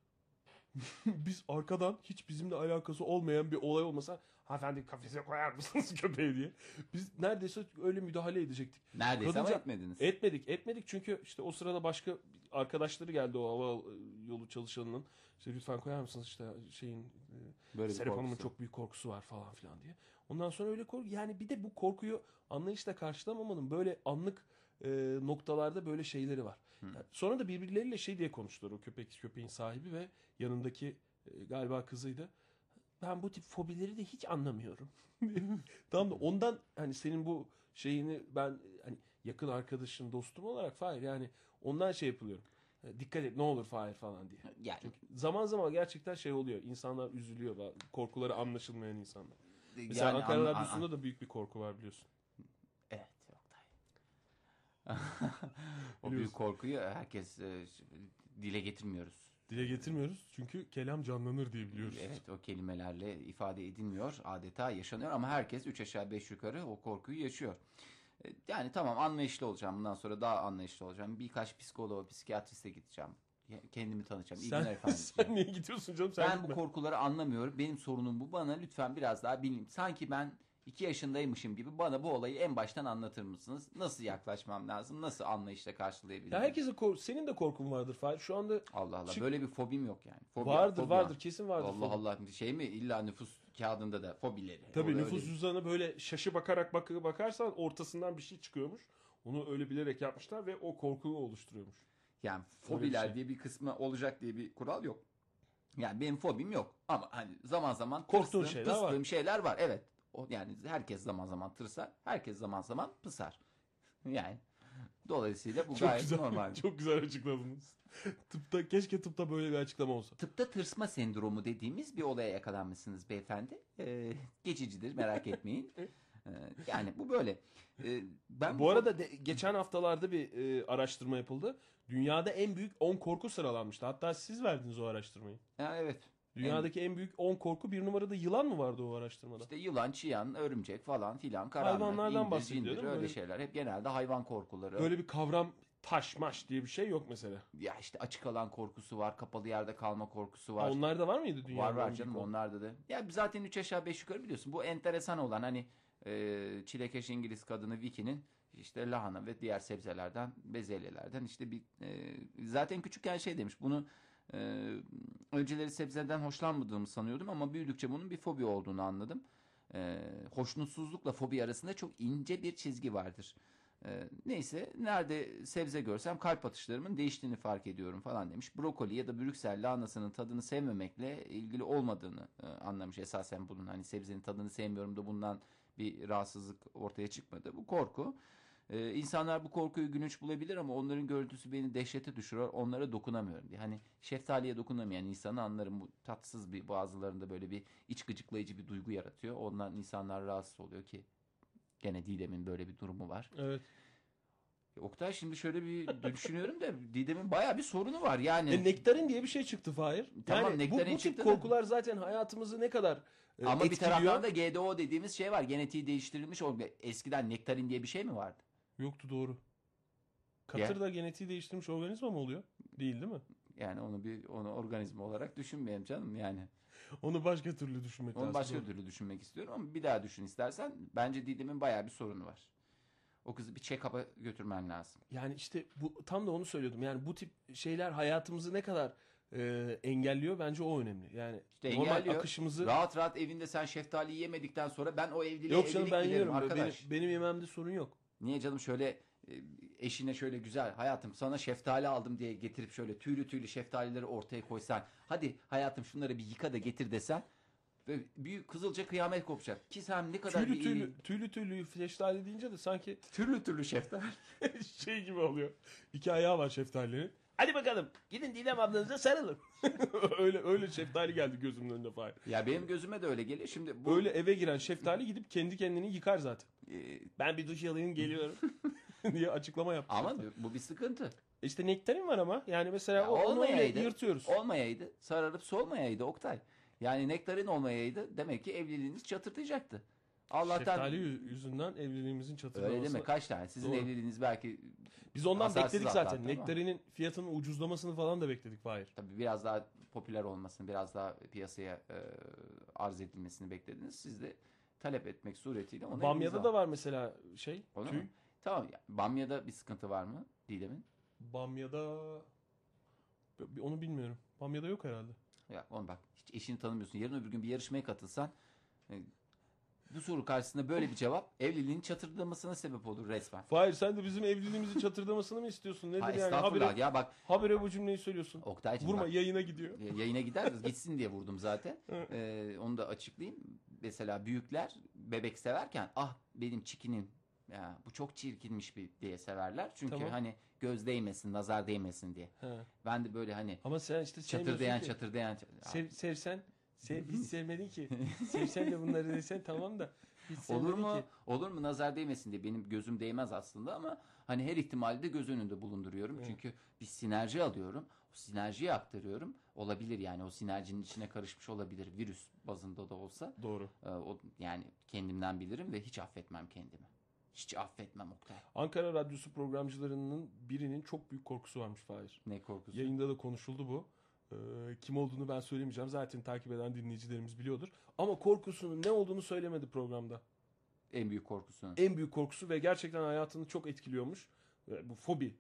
Biz arkadan hiç bizimle alakası olmayan bir olay olmasa hanımefendi kafese koyar mısınız köpeği diye. Biz neredeyse öyle müdahale edecektik. Neredeyse ama Kadınca- etmediniz. Etmedik çünkü işte o sırada başka arkadaşları geldi o hava yolu çalışanının işte lütfen koyar mısınız işte şeyin Böyle bir Serap Hanım'ın korkusu. çok büyük korkusu var falan filan diye. Ondan sonra öyle korku yani bir de bu korkuyu anlayışla karşılamamanın böyle anlık noktalarda böyle şeyleri var. Yani sonra da birbirleriyle şey diye konuştular o köpeğin sahibi ve yanındaki galiba kızıydı. Ben bu tip fobileri de hiç anlamıyorum. Tamam da ondan hani senin bu şeyini ben hani yakın arkadaşın dostum olarak Fahir yani ondan şey yapılıyorum. Dikkat et ne olur Fahir falan diye. Yani Zaman zaman gerçekten şey oluyor. İnsanlar üzülüyor. Korkuları anlaşılmayan insanlar. Mesela yani Ankara Radyosu'nda da büyük bir korku var biliyorsun. evet, Oktay. O büyük Biliyorsun. korkuyu herkes dile getirmiyoruz. Dile getirmiyoruz çünkü kelam canlanır diye biliyoruz. Evet, o kelimelerle ifade edilmiyor, adeta yaşanıyor ama herkes 3 aşağı 5 yukarı o korkuyu yaşıyor. Yani tamam, anlayışlı olacağım, bundan sonra daha anlayışlı olacağım. Birkaç psikoloğa, psikiyatriste gideceğim. Kendimi tanıtacağım. İyi günler efendim. Sen niye gidiyorsun canım? Sen Ben bu gitme. korkuları anlamıyorum. Benim sorunum bu. Bana lütfen biraz daha bilin. Sanki ben 2 yaşındaymışım gibi bana bu olayı en baştan anlatır mısınız? Nasıl yaklaşmam lazım? Nasıl anlayışla karşılayabilirim? Ya herkesin senin de korkun vardır Fahir. Şu anda Allah Allah. Çık- Böyle bir fobim yok yani. vardır vardır kesin vardır. Allah Allah. Şey mi? İlla nüfus kağıdında da fobileri. Tabii Öyle nüfus cüzdanına böyle şaşı bakarak bakarsan ortasından bir şey çıkıyormuş. Onu öyle bilerek yapmışlar ve o korkuyu oluşturuyormuş. Yani Öyle bir fobiler şey. diye bir kısmı olacak diye bir kural yok. Yani benim fobim yok. Ama hani zaman zaman Korktuğun tırstığım, şeyler var. pıstığım şeyler var. Evet. Yani herkes zaman zaman tırsar. Herkes zaman zaman pısar. Yani dolayısıyla bu Çok gayet güzel, normal. çok güzel açıkladınız. Keşke tıpta böyle bir açıklama olsa. Tıpta tırsma sendromu dediğimiz bir olaya yakalanmışsınız beyefendi. Geçicidir, merak etmeyin. Yani bu böyle. Ben Bu arada geçen haftalarda bir araştırma yapıldı. Dünyada en büyük 10 korku sıralanmıştı. Hatta siz verdiniz o araştırmayı. Ya evet. Dünyadaki en büyük 10 korku, bir numarada yılan mı vardı o araştırmada? İşte yılan, çıyan, örümcek falan filan, karanlık, Hayvanlardan indir, bahsediyor cindir, değil mi? öyle Böyle- şeyler. Hep genelde hayvan korkuları. Öyle bir kavram taş maş diye bir şey yok mesela. Ya işte açık alan korkusu var, kapalı yerde kalma korkusu Ha, var. onlar da var mıydı dünyada? Var en büyük canım, olan? onlarda da. Ya zaten 3 aşağı 5 yukarı biliyorsun. Bu enteresan olan hani çilekeş İngiliz kadını Vicky'nin işte lahana ve diğer sebzelerden, bezelyelerden işte bir zaten küçükken şey demiş. Bunu e, önceleri sebzeden hoşlanmadığımı sanıyordum ama büyüdükçe bunun bir fobi olduğunu anladım. Hoşnutsuzlukla fobi arasında çok ince bir çizgi vardır. Neyse, nerede sebze görsem kalp atışlarımın değiştiğini fark ediyorum falan demiş. Brokoli ya da Brüksel lahanasının tadını sevmemekle ilgili olmadığını anlamış esasen bunun. Hani sebzenin tadını sevmiyorum da bundan bir rahatsızlık ortaya çıkmadı. Bu korku. İnsanlar bu korkuyu gülünç bulabilir ama onların görüntüsü beni dehşete düşürüyor. Onlara dokunamıyorum diye. Hani şeftaliye dokunamayan insanı anlarım. Bu tatsız bir, bazılarında böyle bir iç gıcıklayıcı bir duygu yaratıyor. Ondan insanlar rahatsız oluyor ki gene Didem'in böyle bir durumu var. Evet. Oktay, şimdi şöyle bir düşünüyorum da Didem'in bayağı bir sorunu var yani. Nektarin diye bir şey çıktı Fahir. Tamam, Yani nektarin bu tip çıktı da- korkular zaten hayatımızı ne kadar Ama bir etkiliyor. taraftan da GDO dediğimiz şey var. Genetiği değiştirilmiş. Eskiden nektarin diye bir şey mi vardı? Yoktu doğru. Katır da genetiği değiştirmiş organizma mı oluyor? Değil mi? Yani onu organizma olarak düşünmeyelim canım yani. Onu başka türlü düşünmek lazım. Onu başka Doğru. türlü düşünmek istiyorum ama bir daha düşün istersen. Bence Didem'in bayağı bir sorunu var. O kızı bir check-up'a götürmen lazım. Yani işte bu tam da onu söylüyordum. Yani bu tip şeyler hayatımızı ne kadar engelliyor bence o önemli. Yani İşte normal engelliyor. akışımızı Rahat rahat evinde sen şeftali yemedikten sonra ben o evliliğe yok canım evlilik ben mi derim yiyorum. arkadaş. Benim yememde sorun yok. Niye canım, şöyle eşine şöyle güzel hayatım sana şeftali aldım diye getirip şöyle tüylü tüylü şeftalileri ortaya koysan, hadi hayatım şunları bir yıka da getir desen, ve büyük kızılca kıyamet kopacak. Ki sen ne kadar bir iyiliğin- Tüylü şeftali deyince de sanki türlü türlü şeftali. şey gibi oluyor. İki ayağı var şeftalinin. Hadi bakalım gidin Didem ablanıza sarılın. öyle şeftali geldi gözümün önünde Fahir. Ya benim gözüme de öyle geliyor. Şimdi bu Böyle eve giren şeftali gidip kendi kendini yıkar zaten. e, Ben bir duş alayım geliyorum diye açıklama yaptı. ama bu bir sıkıntı. İşte nektarin var ama yani mesela Ya onu öyle olmayaydı. yırtıyoruz. Olmayaydı. Sararıp solmayaydı Oktay. Yani nektarin olmayaydı demek ki evliliğiniz çatırtacaktı. Allah'tan Şeftali yüzünden evliliğimizin çatırdaması. öyle deme, kaç tane? Sizin Doğru. evliliğiniz belki Biz ondan hasarsız bekledik atlattı zaten. ama Nektarinin fiyatının ucuzlamasını falan da bekledik Fahir. tabii biraz daha popüler olmasını, biraz daha piyasaya arz edilmesini beklediniz. Siz de talep etmek suretiyle onu Bamya'da elinize da al. var mesela şey. Öyle Tüy. mi? Tamam. Bamya'da bir sıkıntı var mı Didem'in? Bamya'da Onu bilmiyorum. Bamya'da yok herhalde. Ya onu bak, hiç eşini tanımıyorsun. Yarın öbür gün bir yarışmaya katılsan bu soru karşısında böyle bir cevap evliliğin çatırdamasına sebep olur resmen. Fahir, sen de bizim evliliğimizi çatırdamasını mı istiyorsun? Nedir Ha, yani? estağfurullah ya, bak Habire bu cümleyi söylüyorsun. Oktay'cığım, Vurma, bak, yayına gidiyor. yayına gider gitsin diye vurdum zaten. Onu da açıklayayım. Mesela büyükler bebek severken ah benim çikinim, ya bu çok çirkinmiş bir diye severler. Çünkü Tamam. hani göz değmesin, nazar değmesin diye. He. Ben de böyle hani Ama sen işte çatırdayan ki. çatırdayan. Sevsen, hiç sevmedin ki. Sevsen de bunları desen tamam da. Hiç sevmedin Olur mu? ki. Olur mu, nazar değmesin diye. Benim gözüm değmez aslında ama hani her ihtimali de göz önünde bulunduruyorum. Evet. Çünkü bir sinerji alıyorum. O sinerjiyi aktarıyorum. Olabilir yani, o sinerjinin içine karışmış olabilir. Virüs bazında da olsa. Doğru. O, yani kendimden bilirim ve hiç affetmem kendimi. Hiç affetmem Oktay. Ankara Radyosu programcılarının birinin çok büyük korkusu varmış Fahir. Ne korkusu? Yayında da konuşuldu bu. Kim olduğunu ben söylemeyeceğim. Zaten takip eden dinleyicilerimiz biliyordur. Ama korkusunun ne olduğunu söylemedi programda. En büyük korkusu. En büyük korkusu ve gerçekten hayatını çok etkiliyormuş. Bu fobi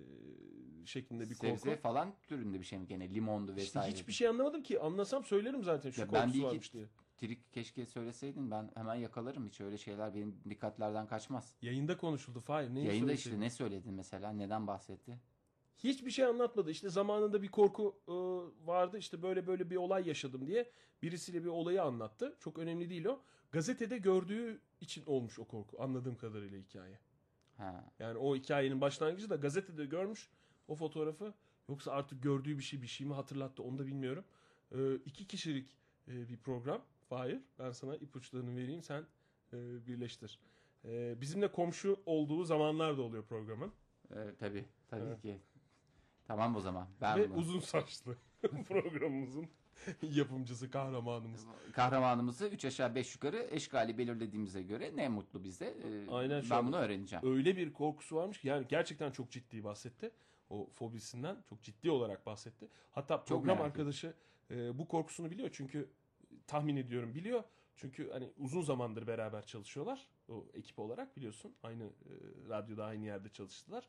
şeklinde bir korku. Sebze falan türünde bir şey mi gene? Limondu İşte vesaire. hiçbir şey anlamadım ki. Anlasam söylerim zaten şu Ya ben korkusu bir iki varmış diye. trik keşke söyleseydin, ben hemen yakalarım. Hiç öyle şeyler benim dikkatlerden kaçmaz. Yayında konuşuldu Fahir. Neyi Yayında söyleseydin? işte ne söyledin mesela? Neden bahsetti? Hiçbir şey anlatmadı. İşte zamanında bir korku vardı. İşte böyle bir olay yaşadım diye birisiyle bir olayı anlattı. Çok önemli değil o. Gazetede gördüğü için olmuş o korku. Anladığım kadarıyla hikaye. Ha. Yani o hikayenin başlangıcı da gazetede görmüş o fotoğrafı. Yoksa artık gördüğü bir şey mi hatırlattı, onu da bilmiyorum. 2 kişilik bir program. Fahir, ben sana ipuçlarını vereyim, sen birleştir. Bizimle komşu olduğu zamanlar da oluyor programın. Tabii Evet. ki. Tamam o zaman. Ben Ve bunu- uzun saçlı programımızın yapımcısı, kahramanımız. kahramanımızı 3 aşağı 5 yukarı eşkali belirlediğimize göre ne mutlu bize. Aynen şu Ben an- bunu öğreneceğim. Öyle bir korkusu varmış ki yani gerçekten çok ciddi bahsetti. O fobisinden çok ciddi olarak bahsetti. Hatta program merak arkadaşı bu korkusunu biliyor, çünkü tahmin ediyorum biliyor. Çünkü hani uzun zamandır beraber çalışıyorlar o ekip olarak, biliyorsun. Aynı radyoda, aynı yerde çalıştılar.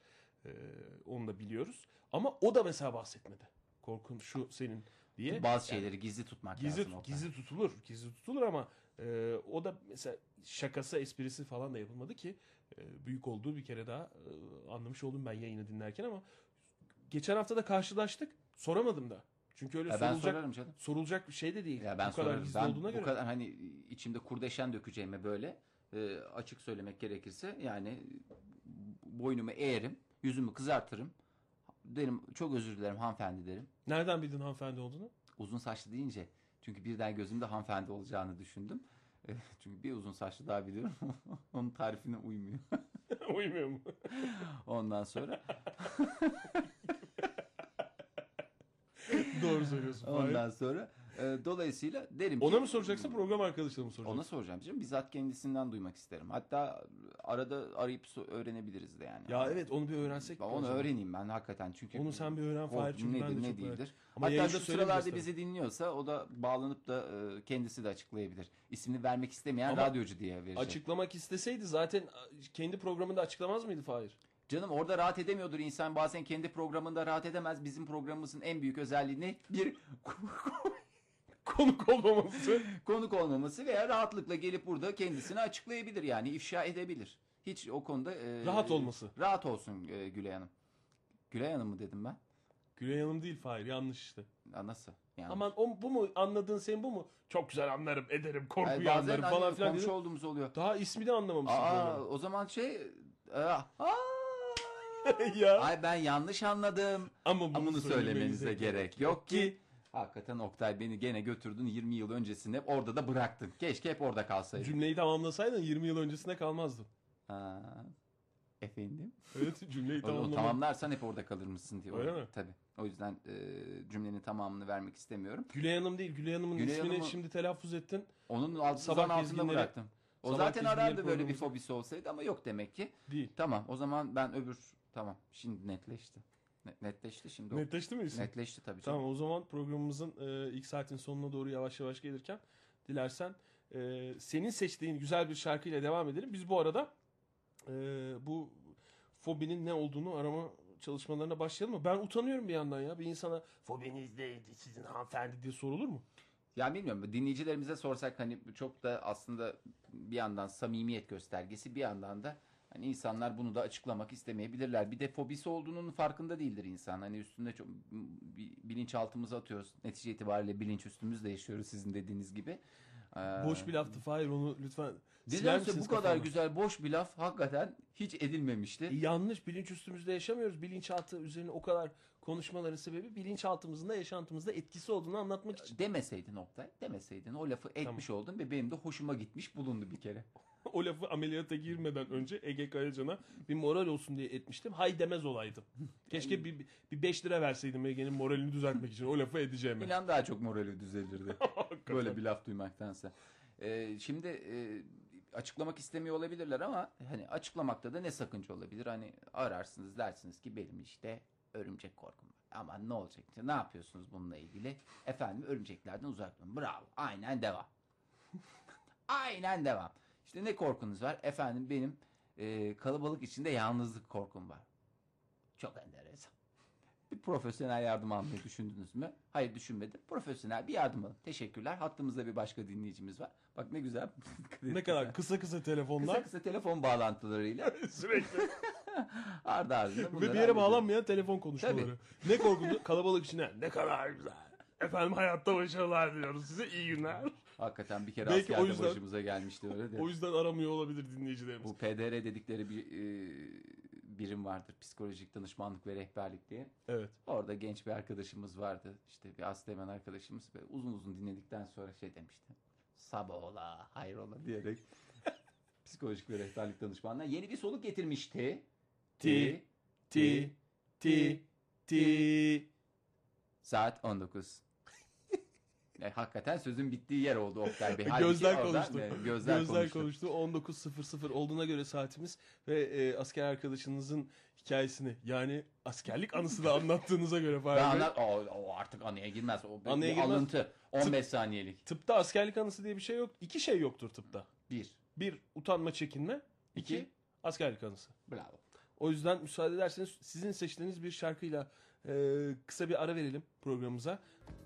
Onu da biliyoruz. Ama o da mesela bahsetmedi. Korkun şu senin diye. Bazı Yani şeyleri gizli tutmak Gizli, lazım. Oktay. gizli tutulur ama o da mesela şakası, esprisi falan da yapılmadı ki büyük olduğu bir kere daha anlamış oldum ben yayını dinlerken. Ama geçen hafta da karşılaştık, soramadım da. Çünkü öyle Ben sorarım canım. sorulacak bir şey de değil. Ya ben bu kadar sorarım. gizli Ben olduğuna bu göre. kadar hani içimde kurdeşen dökeceğime böyle açık söylemek gerekirse yani boynumu eğerim, yüzümü kızartırım. Derim çok özür dilerim hanımefendi derim. Nereden bildin hanımefendi olduğunu? Uzun saçlı deyince çünkü birden gözümde hanımefendi olacağını düşündüm. Çünkü bir uzun saçlı daha biliyorum. Onun tarifine uymuyor. Uymuyor mu? Ondan sonra Doğru söylüyorsun. ondan sonra dolayısıyla derim Ona ki, mı soracaksın, program arkadaşına mı soracaksın? ona soracağım canım. Bizzat kendisinden duymak isterim. Hatta arada arayıp öğrenebiliriz de yani. Ya evet, onu bir öğrensek mi Onu acaba? öğreneyim ben hakikaten çünkü. Onu sen bir öğren Fahir, korkum çünkü ben nedir de ne çok merak- değildir. Ama Hatta yayında şu söylemeyeceğiz sıralarda tabii. bizi dinliyorsa o da bağlanıp da kendisi de açıklayabilir. İsmini vermek istemeyen Ama radyocu diye verecek. Açıklamak isteseydi zaten kendi programında açıklamaz mıydı Fahir? Canım orada rahat edemiyordur insan, bazen kendi programında rahat edemez. Bizim programımızın en büyük özelliği ne? Bir Konuk olmaması. konuk olmaması veya rahatlıkla gelip burada kendisini açıklayabilir, yani ifşa edebilir. Hiç o konuda Rahat olması. Rahat olsun Gülay Hanım. Gülay Hanım mı dedim ben? Gülay Hanım değil Fahir, yanlış işte. Ya nasıl? Yani Aman bu mu anladığın, senin bu mu? Çok güzel anlarım, ederim, korkuyu bazen anlarım hani falan filan komşu dedim. olduğumuz oluyor. Daha ismi de anlamamışsın programı. O zaman Ya. ay ben yanlış anladım. Ama Bunu söylemenize gerek yok ki. Hakikaten Oktay, beni gene götürdün 20 yıl öncesine, orada da bıraktın. Keşke hep orada kalsaydın. Cümleyi tamamlasaydın 20 yıl öncesinde kalmazdın. Ha, efendim? Evet, cümleyi O tamamlamadın. tamamlarsan hep orada kalır mısın diye. Öyle mi? Tabii. O yüzden cümlenin tamamını vermek istemiyorum. Gülay Hanım değil, Gülay Hanım'ın Gülay ismini Hanım'ı- şimdi telaffuz ettin. Onun Sabah altından altında gezginleri- bıraktım. O Sabah zaten gezginleri arardı böyle bir programımızda- fobisi olsaydı ama yok demek ki. Değil. Tamam, o zaman ben tamam, şimdi netleşti. Netleşti şimdi. Netleşti mi isim? Netleşti tabii canım. Tamam, o zaman programımızın ilk saatin sonuna doğru yavaş yavaş gelirken dilersen senin seçtiğin güzel bir şarkıyla devam edelim. Biz bu arada bu fobinin ne olduğunu arama çalışmalarına başlayalım mı? Ben utanıyorum bir yandan ya. Bir insana fobiniz neydi sizin hanımefendi diye sorulur mu? Ya bilmiyorum, dinleyicilerimize sorsak hani çok da aslında bir yandan samimiyet göstergesi, bir yandan da hani insanlar bunu da açıklamak istemeyebilirler. Bir de fobisi olduğunun farkında değildir insan. Hani üstünde çok bilinçaltımıza atıyoruz. Netice itibariyle bilinç üstümüzde yaşıyoruz sizin dediğiniz gibi. Boş bir laftı Fahir, onu lütfen siler Nedense misiniz bu kadar kafandan? güzel boş bir laf hakikaten hiç edilmemişti. Yanlış, bilinç üstümüzde yaşamıyoruz. Bilinçaltı üzerine o kadar konuşmaların sebebi bilinçaltımızın da yaşantımızda etkisi olduğunu anlatmak için. Demeseydin Oktay, demeseydin o lafı etmiş oldun ve benim de hoşuma gitmiş bulundu bir kere. O lafı ameliyata girmeden önce Ege Kayacan'a bir moral olsun diye etmiştim. Hay demez olaydım. Keşke bir 5 lira verseydim Ege'nin moralini düzeltmek için. O lafı edeceğime. İnan daha çok morali düzelirdi. Böyle bir laf duymaktansa. Şimdi açıklamak istemiyor olabilirler ama hani açıklamakta da ne sakınca olabilir? Hani ararsınız, dersiniz ki benim işte örümcek korkum var. Ama ne olacak? Ne yapıyorsunuz bununla ilgili? Efendim, örümceklerden uzak durun. Bravo. Aynen devam. Aynen devam. İşte ne korkunuz var? Efendim benim kalabalık içinde yalnızlık korkum var. Çok enteresan. Bir profesyonel yardım almayı düşündünüz mü? Hayır, düşünmedim. Profesyonel bir yardım alın. Teşekkürler. Hattımızda bir başka dinleyicimiz var. Bak ne güzel. Ne kadar kısa telefonlar. Kısa kısa telefon bağlantılarıyla Sürekli. ardı ardına Ve bunları bir yere hallediyoruz. bağlanmayan telefon konuşmaları. Ne korkundu? Kalabalık içine. Ne kadar güzel. Efendim hayatta başarılar diliyoruz size. İyi günler. Hakikaten bir kere Belki o askerde yüzden- başımıza gelmişti öyle de. O yüzden aramıyor olabilir dinleyicilerimiz. Bu PDR dedikleri bir birim vardır. Psikolojik danışmanlık ve rehberlik diye. Evet. Orada genç bir arkadaşımız vardı. İşte bir Asteğmen arkadaşımız. Ve uzun uzun dinledikten sonra şey demişti. Sabah ola, hayrola diyerek psikolojik ve rehberlik danışmanına yeni bir soluk getirmişti. Ti, ti. Saat 19. Hakikaten sözün bittiği yer oldu Oktay Bey. Halbuki Gözler oradan, konuştu. Gözler konuştu. konuştu. 19.00 olduğuna göre saatimiz ve asker arkadaşınızın hikayesini, yani askerlik anısını anlattığınıza göre Ben Fahir Bey. o artık anıya girmez. O Anıya bir girmez. alıntı. 15 saniyelik. Tıpta askerlik anısı diye bir şey yok. İki şey yoktur tıpta. Bir. Bir, utanma çekinme. İki, İki. askerlik anısı. Bravo. O yüzden müsaade ederseniz sizin seçtiğiniz bir şarkıyla kısa bir ara verelim programımıza.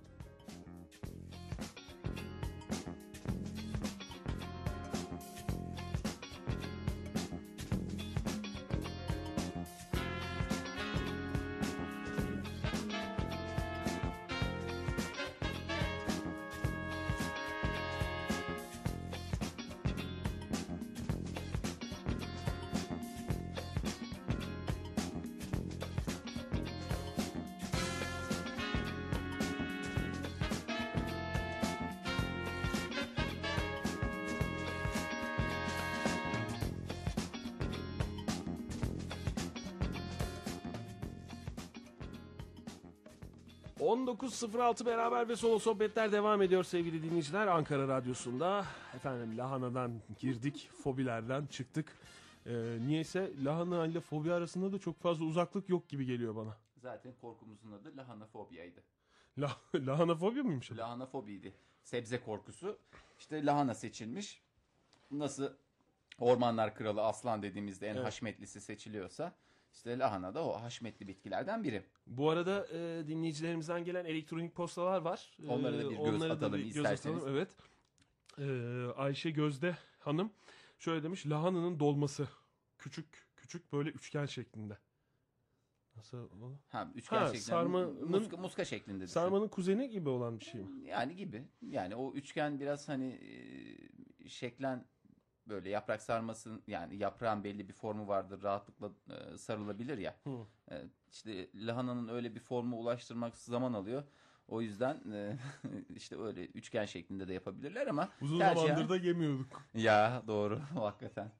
...19.06 beraber ve solo sohbetler devam ediyor sevgili dinleyiciler. Ankara Radyosu'nda efendim lahanadan girdik, fobilerden çıktık. Niyeyse lahana ile fobi arasında da çok fazla uzaklık yok gibi geliyor bana. Zaten korkumuzun adı lahanafobiyaydı. Lahana fobi miymiş? Lahanafobiydi. Sebze korkusu. İşte lahana seçilmiş. Nasıl ormanlar kralı aslan dediğimizde en Evet. haşmetlisi seçiliyorsa... İşte lahana da o haşmetli bitkilerden biri. Bu arada dinleyicilerimizden gelen elektronik postalar var. Onlara da bir göz Onlara da atalım bir göz isterseniz. atalım, evet. Ayşe Gözde Hanım şöyle demiş: lahananın dolması. Küçük böyle üçgen şeklinde. Nasıl o? Ha, üçgen Ha, şeklinde. Muska şeklinde. düşün. Sarmanın kuzeni gibi olan bir şey mi? Yani gibi. Yani o üçgen biraz hani şeklen böyle yaprak sarmasın, yani yaprağın belli bir formu vardır, rahatlıkla sarılabilir ya. Hı. İşte lahananın öyle bir formu ulaştırmak zaman alıyor. O yüzden işte öyle üçgen şeklinde de yapabilirler ama Uzun tercihen- zamandır da yemiyorduk. Ya doğru hakikaten.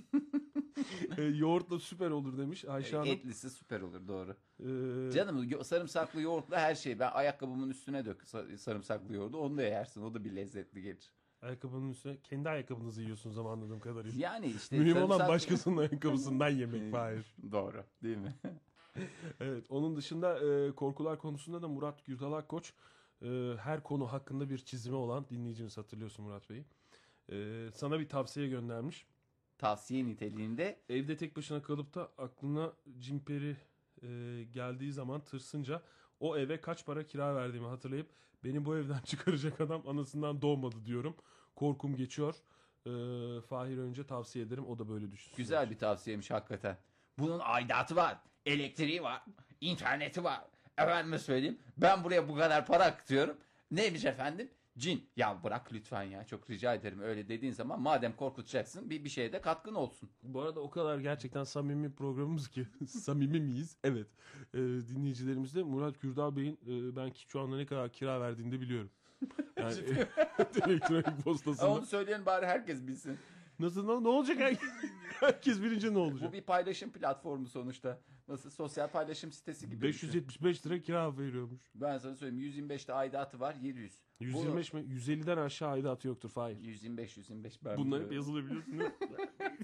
Yoğurtla süper olur demiş Ayşe Hanım. Etlisi süper olur, doğru. Ee, Canım, sarımsaklı yoğurtla her şey. Ben ayakkabımın üstüne dök sarımsaklı yoğurdu. Onu da yersin. O da bir lezzetli gelir. Ayakkabının üstüne kendi ayakkabınızı yiyorsunuz ama anladığım kadarıyla. Yani işte Mühim olan sarımsak- başkasının ayakkabısından yemek. Hayır. Doğru değil mi? Evet, onun dışında korkular konusunda da Murat Gürdal Akkoç her konu hakkında bir çizimi olan dinleyicimiz, hatırlıyorsun Murat Bey'i. Sana bir tavsiye göndermiş. Tavsiye niteliğinde Evde tek başına kalıp da aklına cimperi geldiği zaman tırsınca o eve kaç para kira verdiğimi hatırlayıp beni bu evden çıkaracak adam anasından doğmadı diyorum. Korkum geçiyor. Fahir önce tavsiye ederim. O da böyle düşünsün. Güzel bir tavsiyemiş hakikaten. Bunun aidatı var, elektriği var, interneti var. Efendime söyleyeyim, ben buraya bu kadar para akıtıyorum. Neymiş efendim? Cin. Ya bırak lütfen ya, çok rica ederim. Öyle dediğin zaman madem korkutacaksın bir şeye de katkın olsun. Bu arada o kadar gerçekten samimi bir programımız ki. Samimi miyiz? Evet. Dinleyicilerimiz de Murat Gürdal Bey'in ben şu anda ne kadar kira verdiğini de biliyorum. Yani elektronik postasında. Onu söyleyen bari herkes bilsin. Nasıl ne olacak? Herkes bilince ne olacak? Bu bir paylaşım platformu sonuçta. Nasıl sosyal paylaşım sitesi gibi. 575 lira kira veriyormuş. Ben sana söyleyeyim, 125'te aidatı var, 700. 125 mi? 150'den aşağı aidatı yoktur Fahir. 125 ben Bunlar hep biliyorum. yazılı biliyorsun değil mi?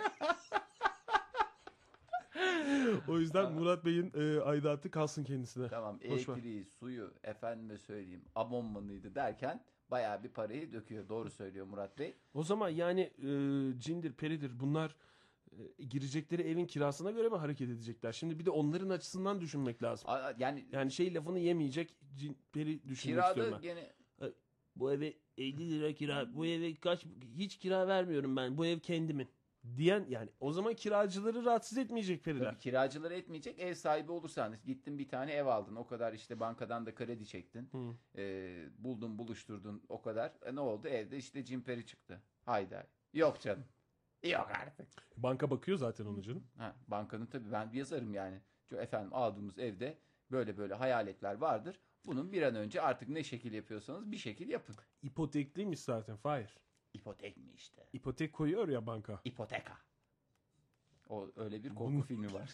O yüzden Murat Bey'in aidatı kalsın kendisine. Tamam, Boş ver. elektriği, suyu, efendime söyleyeyim, abonmanıydı derken bayağı bir parayı döküyor. Doğru söylüyor Murat Bey. O zaman yani cindir, peridir bunlar girecekleri evin kirasına göre mi hareket edecekler? Şimdi bir de onların açısından düşünmek lazım. Yani Yani şey lafını yemeyecek cin, peri düşünmek kirada istiyorum ben. gene Bu eve 50 lira kira, bu eve hiç kira vermiyorum ben, bu ev kendimin diyen yani o zaman kiracıları rahatsız etmeyecek periler. tabii kiracıları etmeyecek, ev sahibi olursan gittin bir tane ev aldın, o kadar işte bankadan da kredi çektin, buldun buluşturdun o kadar, ne oldu, evde işte cimperi çıktı, hayda, yok canım, yok artık. Banka bakıyor zaten onu canım. Bankanın tabii ben yazarım yani, efendim aldığımız evde böyle böyle hayaletler vardır, bunun bir an önce artık ne şekil yapıyorsanız bir şekil yapın. İpotekliymiş zaten Fahir. İpotek mi işte? İpotek koyuyor ya banka. İpoteka. O öyle bir korku Bunu- filmi var.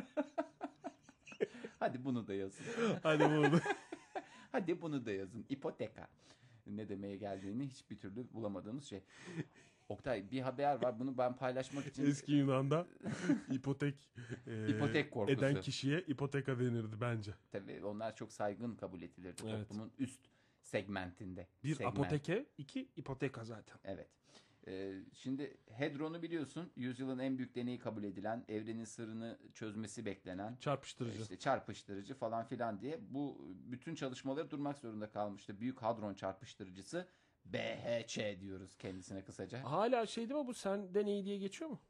Hadi bunu da yazın. Hadi bunu. Hadi bunu da yazın. İpoteka. Ne demeye geldiğini hiçbir türlü bulamadığımız şey. Oktay, bir haber var. Bunu ben paylaşmak için Eski Yunan'da ipotek İpotek korkusu. eden kişiye ipoteka denirdi bence. tabii onlar çok saygın kabul edilirdi Evet. toplumun üst segmentinde. Bir Segment. apoteke, iki ipoteka zaten. Evet. Şimdi Hadron'u biliyorsun. Yüzyılın en büyük deneyi kabul edilen, evrenin sırrını çözmesi beklenen, Çarpıştırıcı. işte çarpıştırıcı falan filan diye bu bütün çalışmaları durmak zorunda kalmıştı. Büyük Hadron çarpıştırıcısı, BHC diyoruz kendisine kısaca. Hala şey değil mi bu sen deneyi diye geçiyor mu?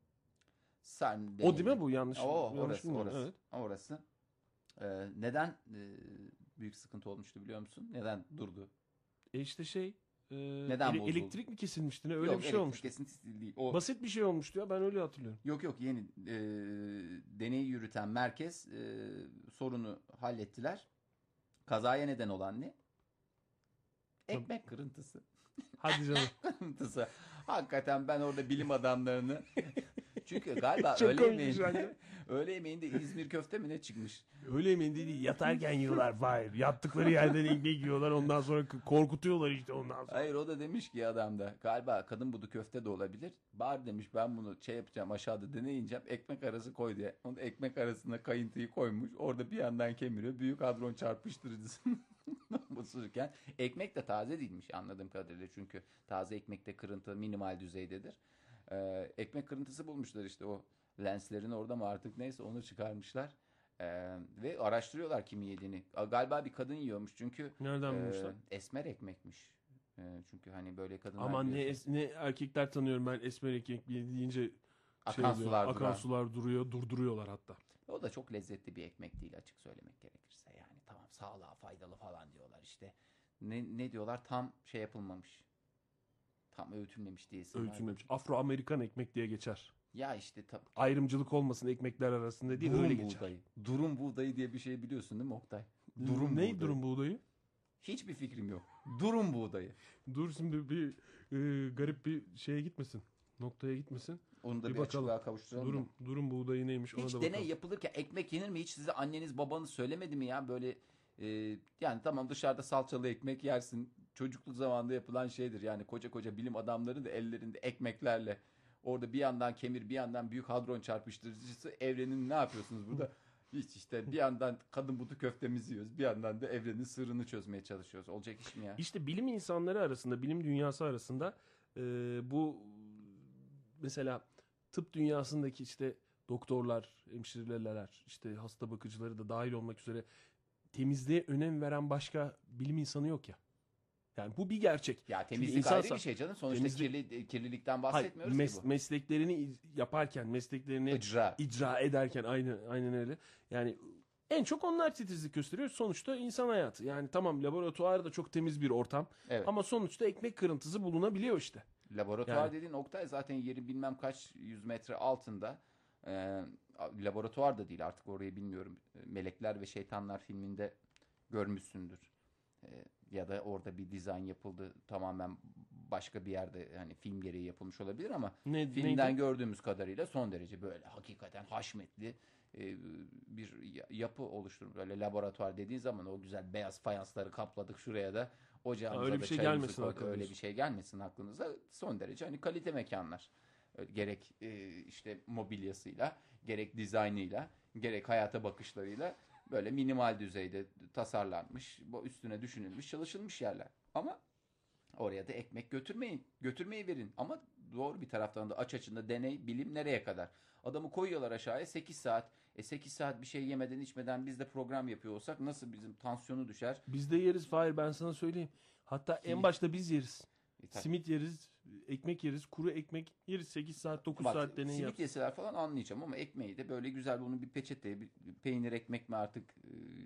Sen O değil mi bu yanlış? yanlış Orası, bilmiyorum. orası. Evet. Orası. Neden büyük sıkıntı olmuştu biliyor musun? Neden durdu? İşte şey Neden bozuldu? elektrik mi kesilmişti ne öyle Yok, bir şey elektrik olmuştu. kesintisi değil. O Basit bir şey olmuştu ya ben öyle hatırlıyorum. Yok yeni deneyi yürüten merkez sorunu hallettiler. Kazaya neden olan ne? Ekmek kırıntısı. Hadi canım. Kırıntısı. Hakikaten ben orada bilim adamlarını çünkü galiba Çok öğle komikmiş yemeğinde, bence. öğle yemeğinde İzmir köfte mi ne çıkmış? Öyle yemeğin değil yatarken yiyorlar Fahir. Yattıkları yerden ekmek yiyorlar ondan sonra korkutuyorlar işte ondan sonra. Hayır, o da demiş ki adam da galiba kadın budu köfte de olabilir. Bari demiş ben bunu şey yapacağım, aşağıda deneyeceğim, ekmek arası koy diye. Onu ekmek arasına kayıntıyı koymuş. Orada bir yandan kemiriyor. Büyük hadron çarpıştırıcısını basırken. Ekmek de taze değilmiş anladığım kadarıyla. Çünkü taze ekmekte kırıntı minimal düzeydedir. Ekmek kırıntısı bulmuşlar işte, o lenslerin orada mı artık neyse onu çıkarmışlar. Ve araştırıyorlar kimi yediğini. Galiba bir kadın yiyormuş çünkü Nereden bulmuşlar? esmer ekmekmiş. Çünkü hani böyle kadınlar Aman biliyorsun, ne erkekler tanıyorum ben esmer ekmek deyince akan diyor, sular akan duran. sular duruyor durduruyorlar hatta. O da çok lezzetli bir ekmek değil açık söylemek gerekirse. Yani tamam, sağlığa faydalı falan diyorlar işte. Ne diyorlar, tam şey yapılmamış. Tam öğütülmemiş diyesin. Öğütülmemiş. Afro-Amerikan ekmek diye geçer. Ya işte Ayrımcılık olmasın ekmekler arasında değil durum öyle geçer. buğdayı. Durum buğdayı diye bir şey biliyorsun değil mi Oktay? Durum buğdayı. durum buğdayı? Hiçbir fikrim yok. Durum buğdayı. Dur şimdi bir garip bir şeye gitmesin. Noktaya gitmesin. Onu da Bir bir bakalım. açıklığa kavuşturalım. da. Durum buğdayı neymiş ona Hiç da deney bakalım. yapılırken ekmek yenir mi? Hiç size anneniz babanız söylemedi mi ya? Böyle yani tamam, dışarıda salçalı ekmek yersin. Çocukluk zamanında yapılan şeydir. Yani koca koca bilim adamları da ellerinde ekmeklerle orada bir yandan kemir bir yandan büyük hadron çarpıştırıcısı, evrenin ne yapıyorsunuz burada? Hiç işte, bir yandan kadın budu köftemizi yiyoruz. Bir yandan da evrenin sırrını çözmeye çalışıyoruz. Olacak iş mi ya? İşte bilim insanları arasında, bilim dünyası arasında bu mesela tıp dünyasındaki işte doktorlar, hemşireler, işte hasta bakıcıları da dahil olmak üzere temizliğe önem veren başka bilim insanı yok ya. Yani bu bir gerçek. Ya Çünkü temizlik insan ayrı bir şey canım. Sonuçta kirlilikten hayır, bahsetmiyoruz ki bu. mesleklerini yaparken, mesleklerini İcra. icra ederken aynen öyle. Yani en çok onlar titizlik gösteriyor. Sonuçta insan hayatı. Yani tamam, laboratuvar da çok temiz bir ortam Evet. ama sonuçta ekmek kırıntısı bulunabiliyor işte. Laboratuvar Yani. dediğin Oktay zaten yeri bilmem kaç yüz metre altında. Ee, Laboratuvar da değil artık, orayı bilmiyorum. Melekler ve Şeytanlar filminde görmüşsündür. Ya da orada bir dizayn yapıldı, tamamen başka bir yerde, yani film gereği yapılmış olabilir ama filmden Neydi? gördüğümüz kadarıyla son derece böyle hakikaten haşmetli bir yapı oluşturmuş. Böyle laboratuvar dediğin zaman o güzel beyaz fayansları kapladık şuraya da, ocağımıza Öyle bir da şey çayımızı gelmesin koyduk. aklınıza. Öyle bir şey gelmesin aklınıza. Son derece hani kalite mekanlar. Gerek işte mobilyasıyla, gerek dizaynıyla, gerek hayata bakışlarıyla böyle minimal düzeyde tasarlanmış, bu üstüne düşünülmüş, çalışılmış yerler. Ama oraya da ekmek götürmeyin. Götürmeyi verin. Ama doğru bir taraftan da aç açında deney, bilim nereye kadar? Adamı koyuyorlar aşağıya 8 saat. 8 saat bir şey yemeden içmeden biz de program yapıyor olsak nasıl bizim tansiyonu düşer? Biz de yeriz Fahir, ben sana söyleyeyim. Hatta en başta biz yeriz. Simit yeriz, ekmek yeriz, kuru ekmek yeriz. 8 saat, 9 Bak, saat deney simit yap. yeseler falan anlayacağım ama ekmeği de böyle güzel, bunu bir peçeteye, bir peynir ekmek mi artık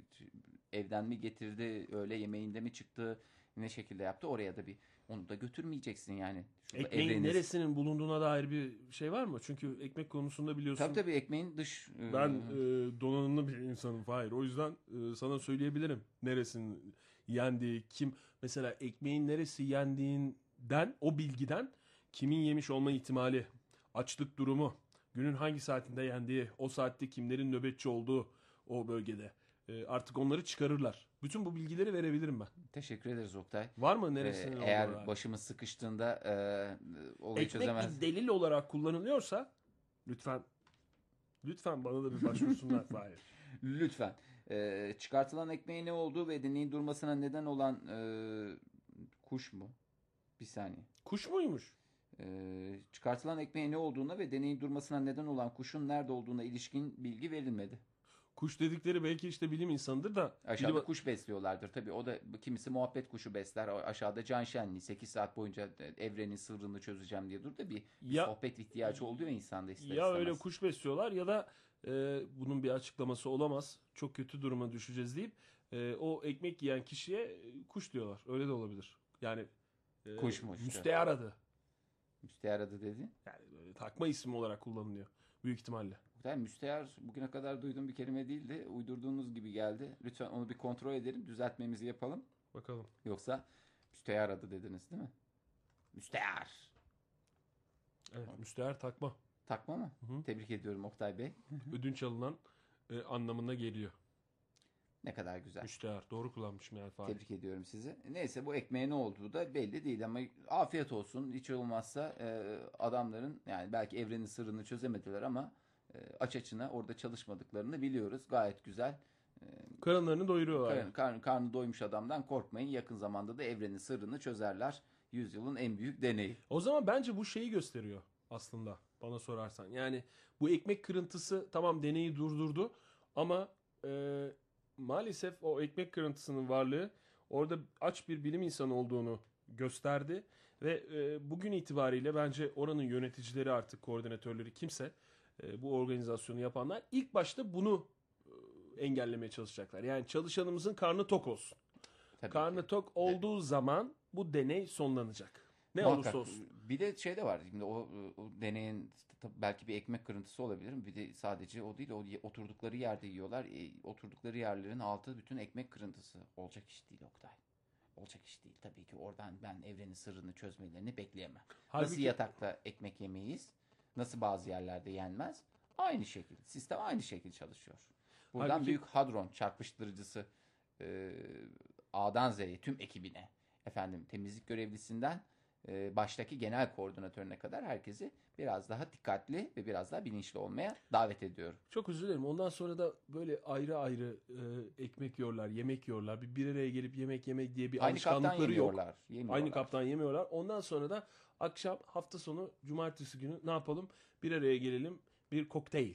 evden mi getirdi, öğle yemeğinde mi çıktı, ne şekilde yaptı, oraya da bir, onu da götüreceksin yani. Şurada Ekmeğin neresinin bulunduğuna dair bir şey var mı? Çünkü ekmek konusunda biliyorsun Tabii ekmeğin dış ben donanımlı bir insanım Fahir. O yüzden sana söyleyebilirim neresinin yendiği, kim mesela ekmeğin neresi yendiğinden, o bilgiden kimin yemiş olma ihtimali, açlık durumu, günün hangi saatinde yendiği, o saatte kimlerin nöbetçi olduğu o bölgede. Artık onları çıkarırlar. Bütün bu bilgileri verebilirim ben. Teşekkür ederiz Oktay. Var mı neresinin olduğuna Eğer dair? başımız sıkıştığında olayı Ekmek çözemez. bir delil olarak kullanılıyorsa lütfen bana da bir başvursunlar Fahir. Lütfen. Çıkartılan ekmeğin ne olduğu ve deneyin durmasına neden olan kuş mu? Bir saniye. Kuş muymuş? Çıkartılan ekmeğin ne olduğuna ve deneyin durmasına neden olan kuşun nerede olduğuna ilişkin bilgi verilmedi. Kuş dedikleri belki işte bilim insanıdır da. Aşağıda kuş besliyorlardır tabii. O da kimisi muhabbet kuşu besler. Aşağıda can şenliği 8 saat boyunca evrenin sırrını çözeceğim diye dur da bir sohbet ihtiyacı oluyor insanda ister Ya istemez. öyle kuş besliyorlar ya da bunun bir açıklaması olamaz. Çok kötü duruma düşeceğiz deyip o ekmek yiyen kişiye kuş diyorlar. Öyle de olabilir. Yani Kuş mu işte? müstear adı. Müstehar adı dedi. Yani böyle takma isim olarak kullanılıyor. Büyük ihtimalle. Muhtemelen müstehar bugüne kadar duyduğum bir kelime değildi. Uydurduğunuz gibi geldi. Lütfen onu bir kontrol edelim. Düzeltmemizi yapalım. Bakalım. Yoksa müstehar adı dediniz değil mi? Müstehar. Evet, müstear takma. Takma mı? Hı. Tebrik ediyorum Oktay Bey. Ödünç alınan anlamına geliyor. Ne kadar güzel. Müstear. Doğru kullanmışım yani Fahir. Tebrik ediyorum sizi. Neyse, bu ekmeğe ne olduğu da belli değil ama afiyet olsun. Hiç olmazsa adamların, yani belki evrenin sırrını çözemediler ama aç açına orada çalışmadıklarını biliyoruz. Gayet güzel. Karınlarını doyuruyorlar. Yani. Karnı doymuş adamdan korkmayın. Yakın zamanda da evrenin sırrını çözerler. Yüzyılın en büyük deneyi. O zaman bence bu şeyi gösteriyor aslında bana sorarsan. Yani bu ekmek kırıntısı tamam deneyi durdurdu ama maalesef o ekmek kırıntısının varlığı orada aç bir bilim insanı olduğunu gösterdi. Ve bugün itibariyle bence oranın yöneticileri, artık koordinatörleri kimse, bu organizasyonu yapanlar ilk başta bunu engellemeye çalışacaklar. Yani çalışanımızın karnı tok olsun. Tabii Karnı ki. tok olduğu zaman bu deney sonlanacak. Ne Muhakkak. olursa olsun. Bir de şey de var. Şimdi o deneyin belki bir ekmek kırıntısı olabilir. Bir de sadece o değil. Oturdukları yerde yiyorlar. Oturdukları yerlerin altı bütün ekmek kırıntısı. Olacak iş değil Oktay. Olacak iş değil. Tabii ki oradan ben evrenin sırrını çözmelerini bekleyemem. Nasıl Halbuki- yatakta ekmek yemeyiz? Nasıl bazı yerlerde yenmez? Aynı şekilde. Sistem aynı şekilde çalışıyor. Buradan Halbuki- büyük hadron çarpıştırıcısı A'dan Z'ye tüm ekibine, efendim temizlik görevlisinden baştaki genel koordinatörüne kadar herkesi biraz daha dikkatli ve biraz daha bilinçli olmaya davet ediyorum. Çok özür dilerim. Ondan sonra da böyle ayrı ayrı ekmek yiyorlar, yemek yiyorlar. Bir araya gelip yemek yemek diye bir Aynı kaptan alışkanlıkları yok. yemiyorlar. Aynı kaptan yemiyorlar. Ondan sonra da akşam, hafta sonu, cumartesi günü ne yapalım? Bir araya gelelim, bir kokteyl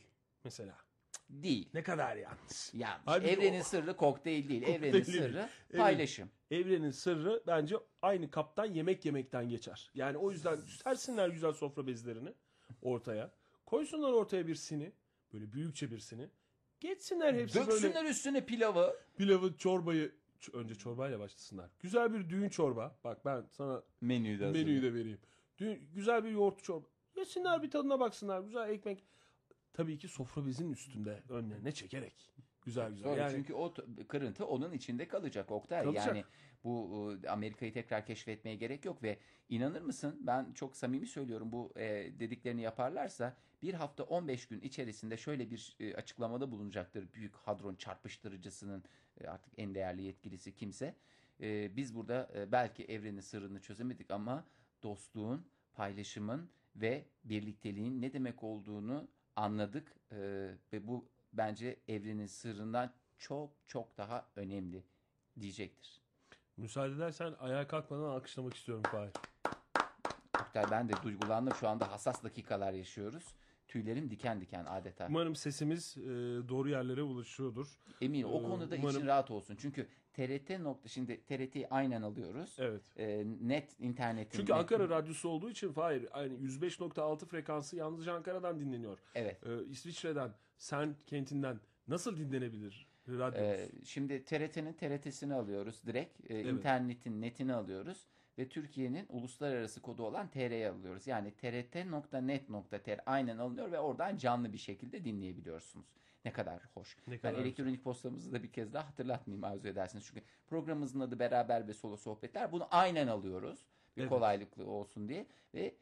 mesela. Değil. Ne kadar yanlış. Yanlış. Halbuki Evrenin sırrı kokteyl değil. Evrenin değil. sırrı Evet. paylaşım. Evrenin sırrı bence aynı kaptan yemek yemekten geçer. Yani o yüzden sersinler güzel sofra bezlerini ortaya. Koysunlar ortaya bir sini. Böyle büyükçe bir sini. Geçsinler hepsi Döksünler böyle üstüne pilavı. pilavı, çorbayı. Önce çorbayla başlasınlar. Güzel bir düğün çorba. Bak ben sana Menüyü de menüyü de vereyim. Güzel bir yoğurt çorba. Yesinler bir tadına baksınlar. Güzel ekmek. Tabii ki sofra bezinin üstünde önlerine çekerek. Güzel güzel. Doğru, Yani çünkü o kırıntı onun içinde kalacak Oktay. Kalacak. Yani bu Amerika'yı tekrar keşfetmeye gerek yok ve inanır mısın, ben çok samimi söylüyorum, bu dediklerini yaparlarsa bir hafta 15 gün içerisinde şöyle bir açıklamada bulunacaktır Büyük Hadron Çarpıştırıcısının artık en değerli yetkilisi kimse. Biz burada belki evrenin sırrını çözemedik ama dostluğun, paylaşımın ve birlikteliğin ne demek olduğunu anladık ve bu bence evrenin sırrından çok çok daha önemli diyecektir. müsaade edersen ayağa kalkmadan alkışlamak istiyorum Fahir. Oktay, ben de duygulandım, şu anda hassas dakikalar yaşıyoruz. Tüylerim diken diken adeta. Umarım sesimiz doğru yerlere ulaşıyordur. Eminim o konuda umarım- için rahat olsun. Çünkü şimdi TRT'yi aynen alıyoruz. Evet. Net internetin. Çünkü Ankara radyosu olduğu için Fahir yani 105.6 frekansı yalnızca Ankara'dan dinleniyor. Evet. İsviçre'den, Sen kentinden nasıl dinlenebilir radyomuz? Şimdi TRT'nin TRT'sini alıyoruz direkt. İnternetin netini alıyoruz. Ve Türkiye'nin uluslararası kodu olan TR'yi alıyoruz. Yani trt.net.tr aynen alınıyor ve oradan canlı bir şekilde dinleyebiliyorsunuz. Ne kadar hoş. Ne Ben kadar elektronik postamızı da bir kez daha hatırlatmayayım, arzu edersiniz. Çünkü programımızın adı Beraber ve Solo Sohbetler. Bunu aynen alıyoruz. Bir Evet. kolaylıklı olsun diye. Ve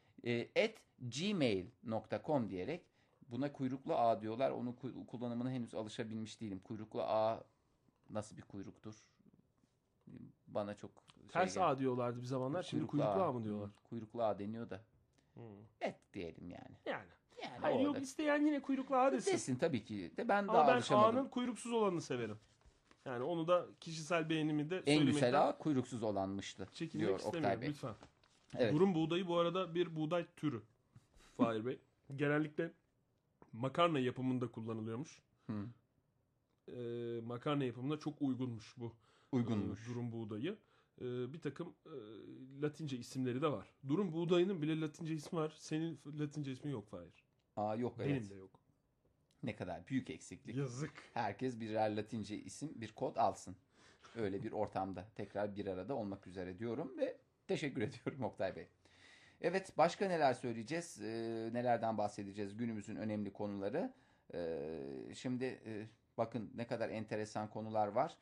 @gmail.com diyerek, buna kuyruklu ağ diyorlar. Onun kullanımına henüz alışabilmiş değilim. Kuyruklu ağ nasıl bir kuyruktur? Bana çok Ters geldi. ağ diyorlardı bir zamanlar. Şimdi kuyruklu ağ mı diyorlar? Kuyruklu ağ deniyor da. Hmm. Et diyelim yani. Yani. Yani Hayır orada. yok, isteyen yine kuyruklu ağ desin. Desin tabii ki. De ben Ama daha ben alışamadım. ağanın kuyruksuz olanını severim. Yani onu da kişisel beğenimi de En söylemekten güzel ağ kuyruksuz olanmıştı çekinmek diyor istemiyorum Oktay Bey. lütfen. Evet. Durum buğdayı bu arada bir buğday türü Fahir Bey. Genellikle makarna yapımında kullanılıyormuş. Hı. Makarna yapımında çok uygunmuş bu Uygunmuş. durum buğdayı. Bir takım Latince isimleri de var. Durum buğdayının bile Latince ismi var. Senin Latince ismi yok Fahir. Aa, yok, evet. Benim de yok. Ne kadar büyük eksiklik. Yazık. Herkes birer Latince isim, bir kod alsın. Öyle bir ortamda tekrar bir arada olmak üzere diyorum ve teşekkür ediyorum Oktay Bey. Evet, başka neler söyleyeceğiz? Nelerden bahsedeceğiz? Günümüzün önemli konuları. Şimdi bakın ne kadar enteresan konular var.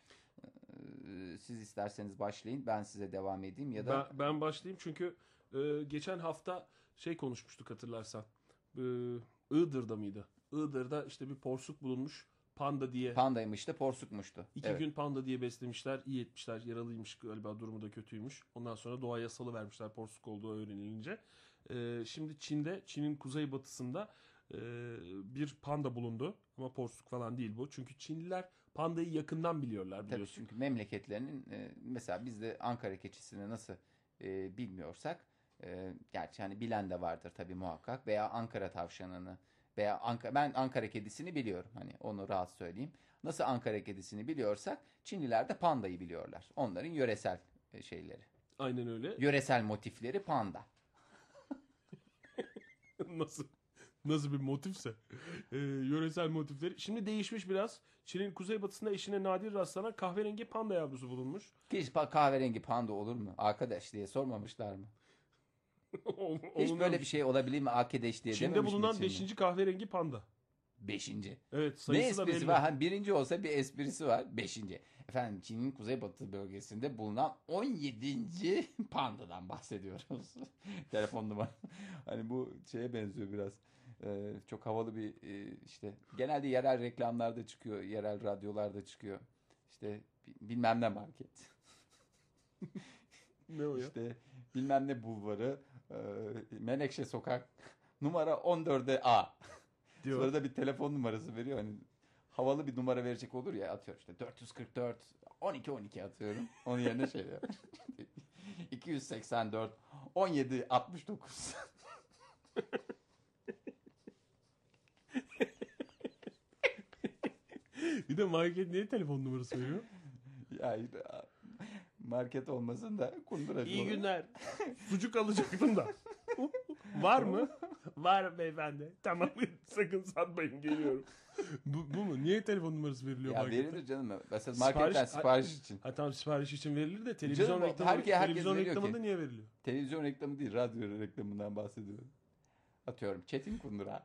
Siz isterseniz başlayın, ben size devam edeyim ya da Ben başlayayım çünkü geçen hafta konuşmuştuk hatırlarsan. Iğdır'da mıydı? Iğdır'da işte bir porsuk bulunmuş. Panda diye. pandaymıştı, porsukmuştu. 2 Evet. gün panda diye beslemişler. İyi etmişler. Yaralıymış galiba. Durumu da kötüymüş. Ondan sonra doğaya salıvermişler porsuk olduğu öğrenilince. Şimdi Çin'in kuzeybatısında bir panda bulundu. Ama porsuk falan değil bu. Çünkü Çinliler pandayı yakından biliyorlar Tabii, biliyorsun. çünkü memleketlerinin mesela biz de Ankara keçisini nasıl bilmiyorsak, gerçi hani bilen de vardır tabii muhakkak, veya Ankara tavşanını veya ben Ankara kedisini biliyorum, hani onu rahat söyleyeyim. Nasıl Ankara kedisini biliyorsak Çinliler de pandayı biliyorlar. Onların yöresel şeyleri. Aynen öyle. Yöresel motifleri panda. Nasıl bir motifse. Yöresel motifleri. Şimdi değişmiş biraz. Çin'in kuzeybatısında eşine nadir rastlanan kahverengi panda yavrusu bulunmuş. Hiç kahverengi panda olur mu arkadaş diye sormamışlar mı? Hiç Onun- böyle bir şey olabilir mi arkadaş diye Çin'de dememiş mi bulunan Çinli? 5. kahverengi panda. Beşinci. Evet, Ne sayısı da esprisi belli. var? Hani birinci olsa bir esprisi var. Beşinci. Efendim, Çin'in kuzeybatı bölgesinde bulunan 17. pandadan bahsediyoruz. Telefon numara. Hani bu şeye benziyor biraz. Çok havalı bir işte genelde yerel reklamlarda çıkıyor. Yerel radyolarda çıkıyor. İşte bilmem ne market. Ne o ya? İşte bilmem ne bulvarı. Menekşe sokak. Numara 14'e A. Diyor. Sonra da bir telefon numarası veriyor. Hani havalı bir numara verecek olur ya, atıyorum işte 444 12 12 atıyorum. Onun yerine şey diyor. 284 17 69. de market niye telefon numarası veriyor? Ya market olmasın da kunduracı İyi olur. günler. Sucuk alacaktım da. Var mı? Var beyefendi. Tamam sakın satmayın geliyorum. Bu mu? Niye telefon numarası veriliyor Ya markette? verilir canım. Mesela marketten sipariş için. Ha tamam sipariş için verilir de televizyon Canım, reklamı, herkes televizyon veriyor reklamında ki. niye veriliyor? Televizyon reklamı değil, radyo reklamından bahsediyorum. Atıyorum Çetin Kundura.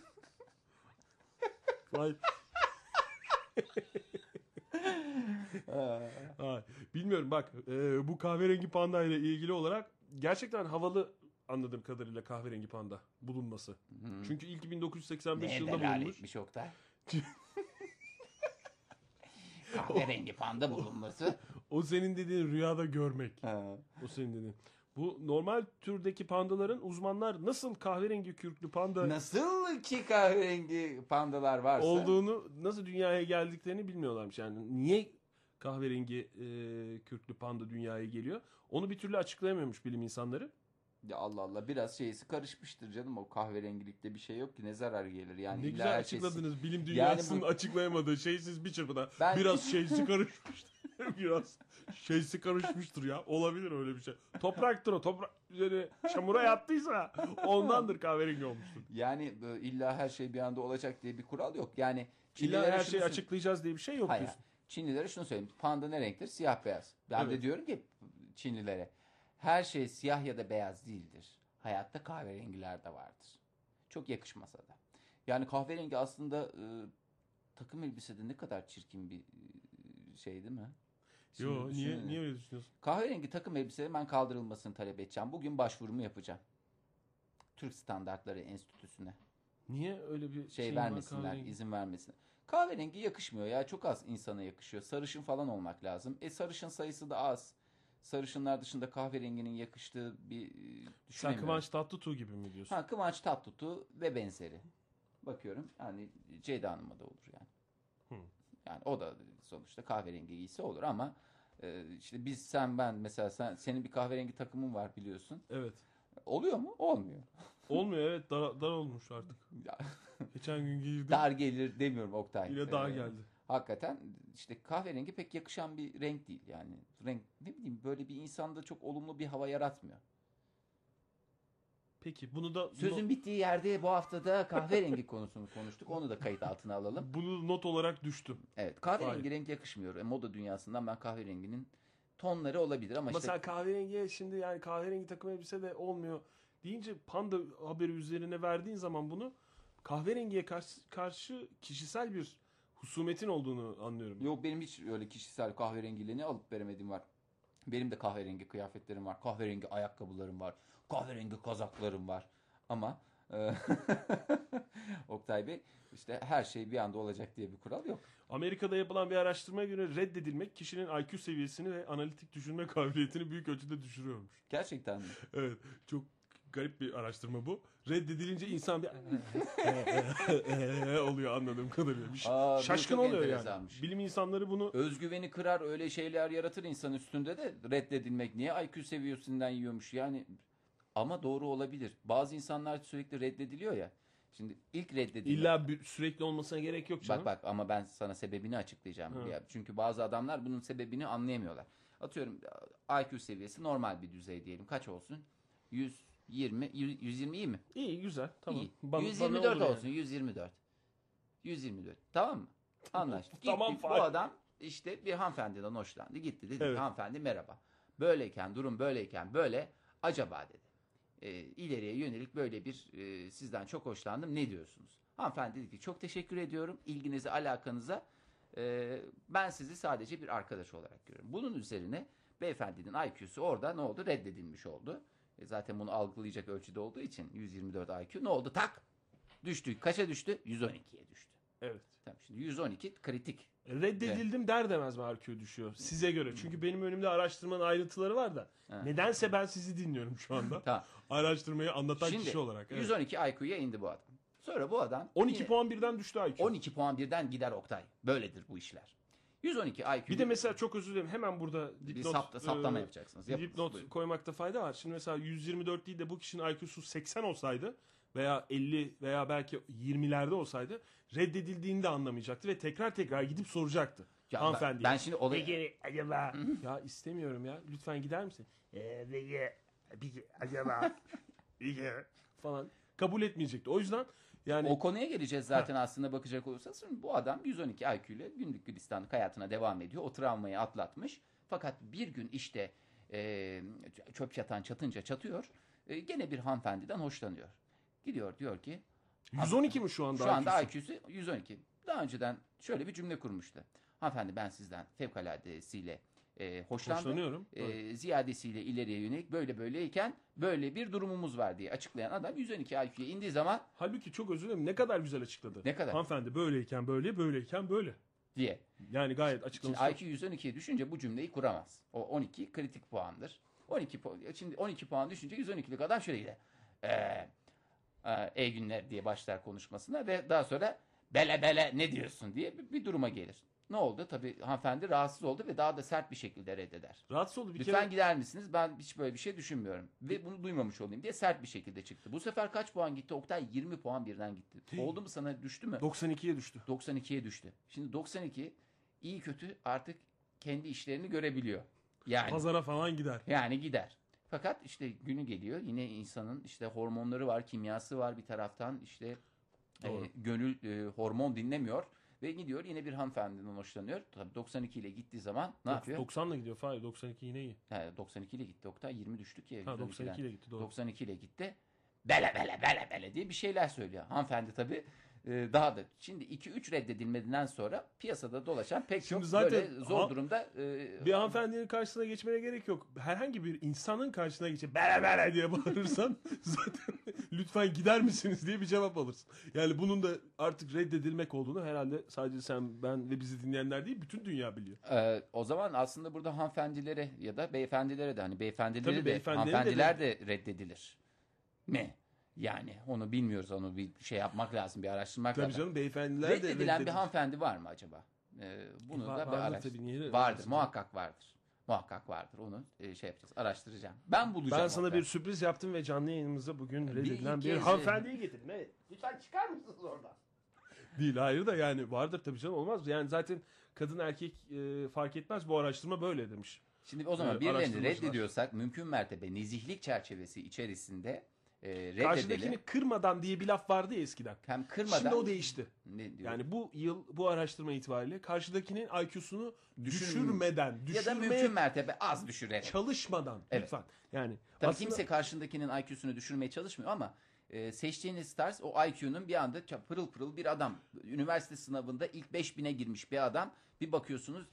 Vay. Ha, bilmiyorum bak bu kahverengi panda ile ilgili olarak gerçekten havalı anladığım kadarıyla kahverengi panda bulunması. Çünkü ilk 1985 Neye yılında delalet bulunmuş. etmiş Oktay? Kahverengi panda bulunması. O senin dediğin rüyada görmek. Ha. O senin dediğin. Bu normal türdeki pandaların uzmanlar nasıl kahverengi kürklü panda Nasıl ki kahverengi pandalar varsa. olduğunu, nasıl dünyaya geldiklerini bilmiyorlarmış. Yani niye kahverengi kürklü panda dünyaya geliyor? Onu bir türlü açıklayamıyormuş bilim insanları. Ya Allah Allah, biraz şeysi karışmıştır canım, o kahverengilikte bir şey yok ki, ne zarar gelir yani. Ne illa güzel her şey- açıkladınız. Bilim dünyasının bu- açıklayamadığı şeysiz bir çırpıda. Ben- Biraz şeysi karışmıştır. Biraz şeysi karışmıştır ya. Olabilir öyle bir şey. Topraktır o. Toprak üzeri çamura yattıysa ondandır kahverengi olmuştur. Yani illa her şey bir anda olacak diye bir kural yok. Yani İlla Çinlilere her şunu şeyi sö- açıklayacağız diye bir şey yok Hayır. diyorsun. Çinlilere şunu söyleyeyim. Panda ne renktir? Siyah beyaz. Ben Evet. de diyorum ki Çinlilere, her şey siyah ya da beyaz değildir. Hayatta kahverengiler de vardır. Çok yakışmasa da. Yani kahverengi aslında takım elbisede ne kadar çirkin bir şey değil mi? Şimdi Yo düşünün. niye öyle düşünüyorsun? Kahverengi takım elbiselerin ben kaldırılmasını talep edeceğim. Bugün başvurumu yapacağım. Türk Standartları Enstitüsü'ne. Niye öyle bir Şey var vermesinler, kahverengi? izin vermesinler. Kahverengi yakışmıyor ya. Çok az insana yakışıyor. Sarışın falan olmak lazım. Sarışın sayısı da az. Sarışınlar dışında kahverenginin yakıştığı bir Sen düşünemiyorum. Kıvanç Tatlıtuğ gibi mi diyorsun? Ha, Kıvanç Tatlıtuğ ve benzeri. Bakıyorum yani Ceyda Hanım'a da olur yani. Yani o da sonuçta kahverengi giysi olur ama işte biz, sen, ben mesela, senin bir kahverengi takımın var biliyorsun. Evet. Oluyor mu? Olmuyor. Olmuyor evet dar olmuş artık. Ya, Geçen gün giydim. dar gelir demiyorum Oktay. Yine dar geldi. Hakikaten işte kahverengi pek yakışan bir renk değil yani. Renk, ne bileyim, böyle bir insanda çok olumlu bir hava yaratmıyor. Peki bunu da Sözün bittiği yerde bu haftada kahverengi konusunu konuştuk. Onu da kayıt altına alalım. bunu not olarak düştüm. Evet, kahverengi Vay. renk yakışmıyor. Moda dünyasından ben kahverenginin tonları olabilir ama Ama işte sen kahverengiye şimdi yani kahverengi takım elbise de olmuyor deyince panda haberi üzerine verdiğin zaman bunu kahverengiye karşı kişisel bir husumetin olduğunu anlıyorum. yok, benim hiç öyle kişisel kahverengiliğini alıp veremediğim var. Benim de kahverengi kıyafetlerim var. Kahverengi ayakkabılarım var. Kahverengi kazaklarım var. Ama Oktay Bey, işte her şey bir anda olacak diye bir kural yok. Amerika'da yapılan bir araştırmaya göre reddedilmek kişinin IQ seviyesini ve analitik düşünme kabiliyetini büyük ölçüde düşürüyormuş. Gerçekten mi? Evet, çok garip bir araştırma bu. Reddedilince insan bir oluyor anladığım kadarıyla. Bir Aa, bu şaşkın çok oluyor yani. enteresanmış. Bilim insanları bunu Özgüveni kırar, öyle şeyler yaratır insan üstünde de, reddedilmek. Niye IQ seviyesinden yiyormuş yani? Ama doğru olabilir. Bazı insanlar sürekli reddediliyor ya. Şimdi ilk reddedilme. illa sürekli olmasına gerek yok canım. Bak ama ben sana sebebini açıklayacağım. Hı. Ya, çünkü bazı adamlar bunun sebebini anlayamıyorlar. Atıyorum IQ seviyesi normal bir düzey diyelim. Kaç olsun? 120, 120 iyi mi? İyi güzel tamam. İyi. Bana 124 olur yani. olsun, 124. 124. Tamam mı? Anlaştık. Tamam, Gitti, bu fine. adam işte bir hanımefendiden hoşlandı. Gitti dedi ki, Evet. hanımefendi merhaba. Böyleyken, durum böyleyken böyle, acaba dedi. İleriye yönelik böyle bir sizden çok hoşlandım. Ne diyorsunuz? Hanımefendi dedi ki, çok teşekkür ediyorum ilginize, alakanıza. Ben sizi sadece bir arkadaş olarak görüyorum. Bunun üzerine beyefendinin IQ'su orada ne oldu? Reddedilmiş oldu. Zaten bunu algılayacak ölçüde olduğu için 124 IQ ne oldu? Tak! Düştü. Kaça düştü? 112'ye düştü. Evet. Tamam, şimdi 112 kritik. Reddedildim der demez mi IQ düşüyor size göre? Çünkü benim önümde araştırmanın ayrıntıları var da. Nedense ben sizi dinliyorum şu anda. Tamam. Araştırmayı anlatan Şimdi kişi olarak. Evet. 112 IQ'ya indi bu adam. Sonra bu adam 12 yine puan birden düştü IQ. 12 puan birden gider Oktay. Böyledir bu işler. 112 IQ. Bir de mesela çok özür dilerim hemen burada bir dipnot, saptama yapacaksınız. bir dipnot koymakta fayda var. Şimdi mesela 124 değil de bu kişinin IQ'su 80 olsaydı veya 50 veya belki 20'lerde olsaydı reddedildiğini de anlamayacaktı ve tekrar gidip soracaktı. Ya Hanımefendiye. ben şimdi Peki acaba Ya istemiyorum ya. Lütfen gider misin? peki acaba Falan. Kabul etmeyecekti. O yüzden yani o konuya geleceğiz zaten aslında bakacak olursanız. Şimdi bu adam 112 IQ ile günlük gülistanlık hayatına devam ediyor. O travmayı atlatmış. Fakat bir gün işte çöp çatan çatıyor. Gene bir hanımefendiden hoşlanıyor. Gidiyor diyor ki 112 mi şu anda? şu anda IQ'su? IQ'su 112. Daha önceden şöyle bir cümle kurmuştu. Hanımefendi ben sizden fevkaladesiyle hoşlandım. Hoşlanıyorum. Ziyadesiyle ileriye yönelik böyleyken böyle bir durumumuz var diye açıklayan adam 112 IQ'ya indiği zaman Halbuki çok özür dilerim. Ne kadar güzel açıkladı. Ne kadar? Hanımefendi böyleyken böyleyken böyle. diye. Yani gayet Şimdi açıklaması. IQ 112'ye düşünce bu cümleyi kuramaz. O 12 kritik puandır. 12 şimdi 12 puan düşünce 112'lik adam şöyle gider. İyi günler diye başlar konuşmasına ve daha sonra bele ne diyorsun diye bir duruma gelir. Ne oldu? Tabii hanımefendi rahatsız oldu ve daha da sert bir şekilde reddeder. Rahatsız oldu bir Lütfen kere. gider misiniz? Ben hiç böyle bir şey düşünmüyorum. Ve bunu duymamış olayım diye sert bir şekilde çıktı. Bu sefer kaç puan gitti? Oktay 20 puan birden gitti. Oldu mu sana düştü mü? 92'ye düştü. 92'ye düştü. Şimdi 92 iyi kötü artık kendi işlerini görebiliyor. Pazara falan gider. Yani gider. Fakat işte günü geliyor yine insanın işte hormonları var, kimyası var bir taraftan işte Doğru. gönül hormon dinlemiyor ve gidiyor yine bir hanımefendiden hoşlanıyor. Tabii 92 ile gittiği zaman ne yapıyor? 90'la gidiyor. Hayır 92 yine iyi. 92 ile gitti Oktay 20 düştük ya. Ha 112'den. 92 ile gitti doğru. 92 ile gitti. Bele diye bir şeyler söylüyor. Hanımefendi tabii daha da. Şimdi 2-3 reddedilmeden sonra piyasada dolaşan pek Şimdi çok zaten böyle zor durumda Bir hanımefendinin karşısına geçmene gerek yok. Herhangi bir insanın karşısına geçip bele diye bağırırsan zaten lütfen gider misiniz diye bir cevap alırsın. Yani bunun da artık reddedilmek olduğunu herhalde sadece sen, ben ve bizi dinleyenler değil bütün dünya biliyor. o zaman aslında burada hanımefendilere ya da beyefendilere de hani beyefendilere Tabii de beyefendileri de hanımefendiler de reddedilir mi? Yani onu bilmiyoruz. Onu bir şey yapmak lazım. Bir araştırmak Tabii lazım. canım beyefendiler de Reddedilen bir reddedilir. hanımefendi var mı acaba? Bunu da bir Vardır araştır. tabii, niye Vardır. olmasın? Muhakkak vardır. Muhakkak vardır. Onu şey yapacağız. Araştıracağım. Ben bulacağım. Ben sana hatta. bir sürpriz yaptım ve canlı yayınımıza bugün reddedilen bir kez- hanımefendiyi getirdim. Evet. lütfen çıkar mısınız oradan? Değil hayır da yani vardır tabii canım olmaz. Yani zaten kadın erkek fark etmez bu araştırma böyle demiş. Şimdi o zaman Evet, birilerini araştırmacılar. reddediyorsak mümkün mertebe nezihlik çerçevesi içerisinde reddedelim. Karşıdakini kırmadan diye bir laf vardı ya eskiden. Hem kırmadan Şimdi o değişti. ne diyor? Yani bu yıl bu araştırma itibariyle karşıdakinin IQ'sunu düşürmeden, ya da düşürmeye mümkün mertebe az düşürerek. çalışmadan Evet. lütfen. Yani Tabii aslında kimse karşındakinin IQ'sunu düşürmeye çalışmıyor ama seçtiğiniz tarz o IQ'nun bir anda pırıl pırıl bir adam. Üniversite sınavında ilk 5000'e girmiş bir adam. Bir bakıyorsunuz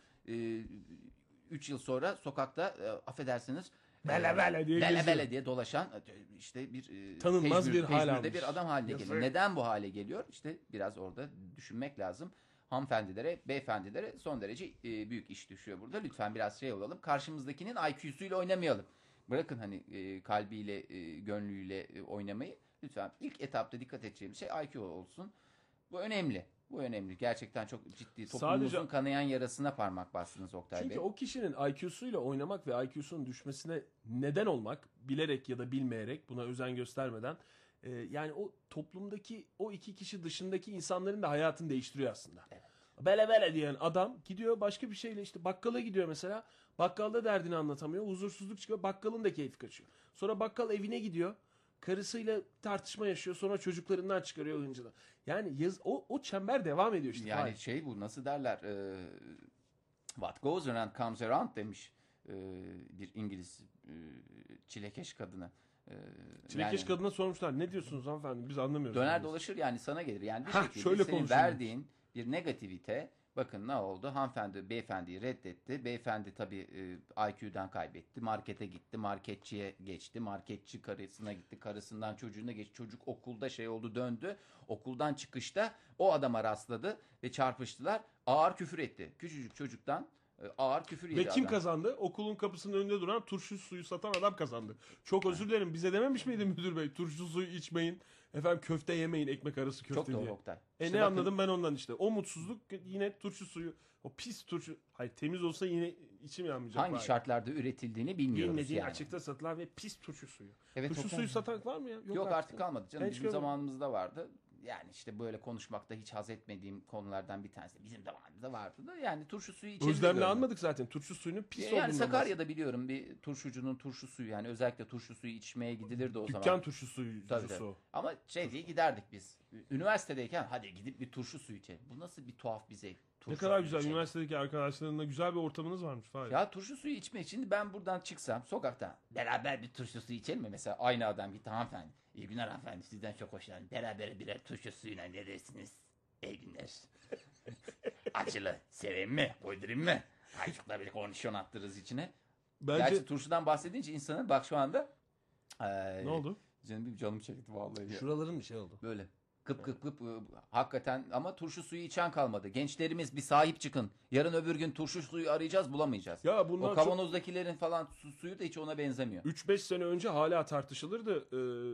3 yıl sonra sokakta affedersiniz Bele diye geziyor. bele diye dolaşan işte bir Tanınmaz bir hal tecrübede almış. bir adam haline Yazık. geliyor. Neden bu hale geliyor? İşte biraz orada düşünmek lazım. Hanımefendilere, beyefendilere son derece büyük iş düşüyor burada. Lütfen biraz şey olalım. Karşımızdakinin IQ'suyla oynamayalım. Bırakın hani kalbiyle, gönlüyle oynamayı. Lütfen ilk etapta dikkat edeceğimiz şey IQ olsun. Bu önemli. Bu önemli. Gerçekten çok ciddi. Toplumumuzun Sadece- kanayan yarasına parmak bastınız Oktay çünkü Bey. o kişinin IQ'suyla oynamak ve IQ'sunun düşmesine neden olmak, bilerek ya da bilmeyerek, buna özen göstermeden yani o toplumdaki o iki kişi dışındaki insanların da hayatını değiştiriyor aslında. Evet. Bele diyen adam gidiyor başka bir şeyle işte bakkala gidiyor mesela. Bakkalda derdini anlatamıyor. Huzursuzluk çıkıyor. Bakkalın da keyfi kaçıyor. Sonra bakkal evine gidiyor. Karısıyla tartışma yaşıyor. Sonra çocuklarından çıkarıyor hıncını. Yani o çember devam ediyor işte. Yani Hayır. bu nasıl derler? What goes around comes around demiş bir İngiliz çilekeş kadını. Çilekeş Yani kadına sormuşlar. Ne diyorsunuz hanımefendi? Biz anlamıyoruz. döner Yani. dolaşır yani sana gelir. Yani bir Hah, şekilde şöyle senin konuşuyormuş. verdiğin bir negativite. Bakın ne oldu? Hanımefendi beyefendiyi reddetti. Beyefendi tabii IQ'dan kaybetti. Markete gitti. Marketçiye geçti. Marketçi karısına gitti. Karısından çocuğuna geçti. Çocuk okulda şey oldu döndü. Okuldan çıkışta o adama rastladı ve çarpıştılar. Ağır küfür etti. Küçücük çocuktan ağır küfür yedi Ve kim adam. kazandı? Okulun kapısının önünde duran turşu suyu satan adam kazandı. Çok özür dilerim. Bize dememiş miydi müdür bey? Turşu suyu içmeyin. Efendim köfte yemeyin, ekmek arası köfte Çok doğru diye. Oktay. Ne İşte bakın, anladım ben ondan işte. O mutsuzluk yine turşu suyu. O pis turşu. Hayır, temiz olsa yine içim yanmayacak. hangi Fahir. şartlarda üretildiğini bilmiyoruz Bilmediğin yani. açıkta satılan ve pis turşu suyu. Evet, Turşu Oktay. suyu satan var mı ya? Yok artık kalmadı canım. Ben hiç Bizim görmedim. zamanımızda vardı. Yani işte böyle konuşmakta hiç haz etmediğim konulardan bir tanesi. Bizim zamanımızda vardı da yani turşu suyu içebiliyorum. Özlemle anmadık zaten. Turşu suyunun pis olduğundan Yani bahsediyor. Sakarya'da biliyorum bir turşucunun turşu suyu, yani özellikle turşu suyu içmeye gidilirdi o Dükkan zaman. turşu suyu. Tabii, tabii. Ama şey diye giderdik biz. Üniversitedeyken hadi gidip bir turşu suyu içelim. Bu nasıl bir tuhaf bir zevk. Ne Turşu kadar suyu güzel. içelim. Üniversitedeki arkadaşlarınla güzel bir ortamınız varmış. Fahir. Ya turşu suyu içmek için ben buradan çıksam sokakta beraber bir turşu suyu içelim mi? Mesela aynı adam gitti, hanımefendi. İyi günler hanımefendi, sizden çok hoşlandım. Beraber birer turşu suyuna ne dersiniz? İyi günler. Acılı seveyim mi? Koydurayım mı? Ayıcıkla bir kondisyon attırırız içine. Bence Gerçi turşudan bahsedince insanın bak şu anda ne oldu? canım çekti vallahi. Ya. Şuraların bir şey oldu. Böyle kıp kıp kıp hakikaten, ama turşu suyu içen kalmadı. Gençlerimiz bir sahip çıkın. Yarın öbür gün turşu suyu arayacağız, bulamayacağız. Ya bunlar O çok kavanozdakilerin falan suyu da hiç ona benzemiyor. 3-5 sene önce hala tartışılırdı.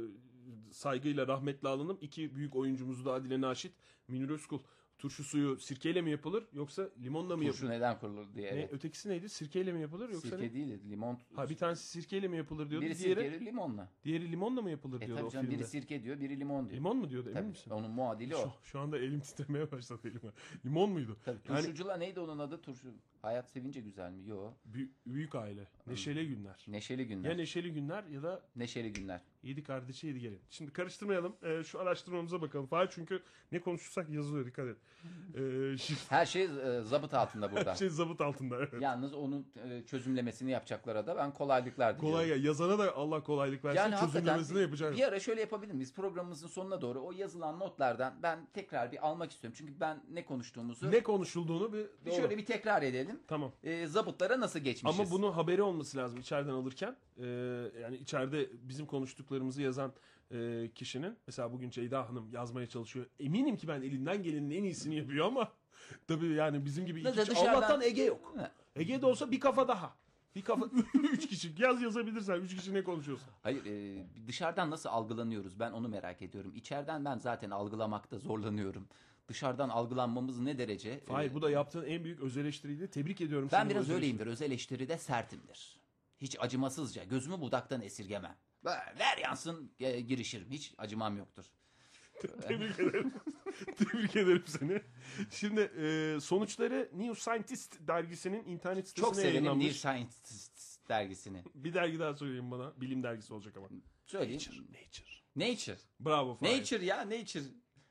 Saygıyla rahmetli alınım. İki büyük oyuncumuzu da Adile Naşit, Münir Özkul. Turşu suyu sirkeyle mi yapılır yoksa limonla mı Turşu yapılır? neden kurulur diye. Ne, Evet. ötekisi neydi? Sirkeyle mi yapılır yoksa Sirke ne? değil, limon. Ha, bir tanesi sirkeyle mi yapılır diyordu. Biri Diğeri, sirke, limonla. diğeri limonla mı yapılır diyordu Tabii o canım, filmde. biri sirke diyor, biri limon diyor. Limon mu diyordu, emin Tabii, misin? onun muadili o. Şu anda elim titremeye başladı elime. Limon muydu? Tabii, Yani turşucular neydi onun adı? Turşu. Hayat sevince güzel mi? Yo. büyük aile. Neşeli günler. Neşeli günler. Ya neşeli günler ya da Neşeli günler. 7 kardeşi 7 gelin. Şimdi karıştırmayalım. Şu araştırmamıza bakalım. Fahir, çünkü ne konuşursak yazılıyor, dikkat et. Şimdi Her şey zabıt altında burada. her şey zabıt altında. Evet. Yalnız onun çözümlemesini yapacaklara da ben kolaylıklar diliyorum. Kolay gel. Yazana da Allah kolaylık versin. Yani hakikaten Çözümlemesini yapacak. bir ara şöyle yapabilir miyiz? Programımızın sonuna doğru o yazılan notlardan ben tekrar bir almak istiyorum. Çünkü ben ne konuştuğumuzu Ne konuşulduğunu bir bir doğru. şöyle bir tekrar edelim. Tamam. Zabıtlara nasıl geçmişiz? Ama bunun haberi olması lazım içeriden alırken. Yani içeride bizim konuştuklarımızı yazan kişinin, mesela bugün Ceyda Hanım yazmaya çalışıyor. Eminim ki ben elinden gelenin en iyisini yapıyor ama tabii yani bizim gibi Nasıl iki dışarıdan- Allah'tan Ege yok. Ha. Ege'de olsa bir kafa daha. Bir kafa 3 kişi yazabilirsen 3 kişi ne konuşuyorsun? Hayır, dışarıdan nasıl algılanıyoruz, ben onu merak ediyorum. İçeriden ben zaten algılamakta zorlanıyorum. Dışarıdan algılanmamız ne derece? Hayır, bu da yaptığın en büyük öz eleştiriydi. Tebrik ediyorum Ben seni. biraz bu öz öyleyimdir. Öz eleştiride sertimdir. Hiç acımasızca, gözümü budaktan esirgemem. Böyle ver yansın girişirim. Hiç acımam yoktur. Tebrik ederim. Tebrik ederim seni. Şimdi sonuçları New Scientist dergisinin internet sitesine Çok severim yayınlanmış. New Scientist dergisini. Bir dergi daha söyleyin bana. Bilim dergisi olacak ama. Söyleyeyim. Nature. Nature. Bravo Fahir. Nature ya, Nature.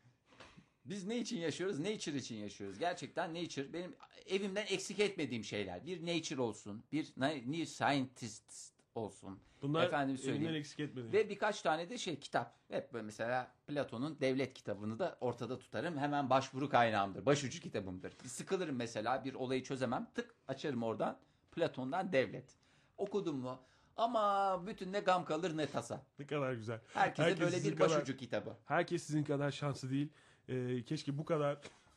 Biz ne için yaşıyoruz? Nature için yaşıyoruz. Gerçekten Nature benim evimden eksik etmediğim şeyler. Bir Nature olsun, bir New Scientist olsun. Bunlar Efendim söyleyeyim. elinden eksik etmedi. Ve birkaç tane de kitap. Hep böyle mesela Platon'un Devlet kitabını da ortada tutarım. Hemen başvuru kaynağımdır. Başucu kitabımdır. Bir sıkılırım mesela, bir olayı çözemem. Tık açarım oradan. Platon'dan Devlet. Okudum mu? Ama bütün ne gam kalır ne tasa. Ne kadar güzel. Herkese Herkes böyle sizin bir kadar- başucu kitabı. Herkes sizin kadar şanslı değil. Keşke bu kadar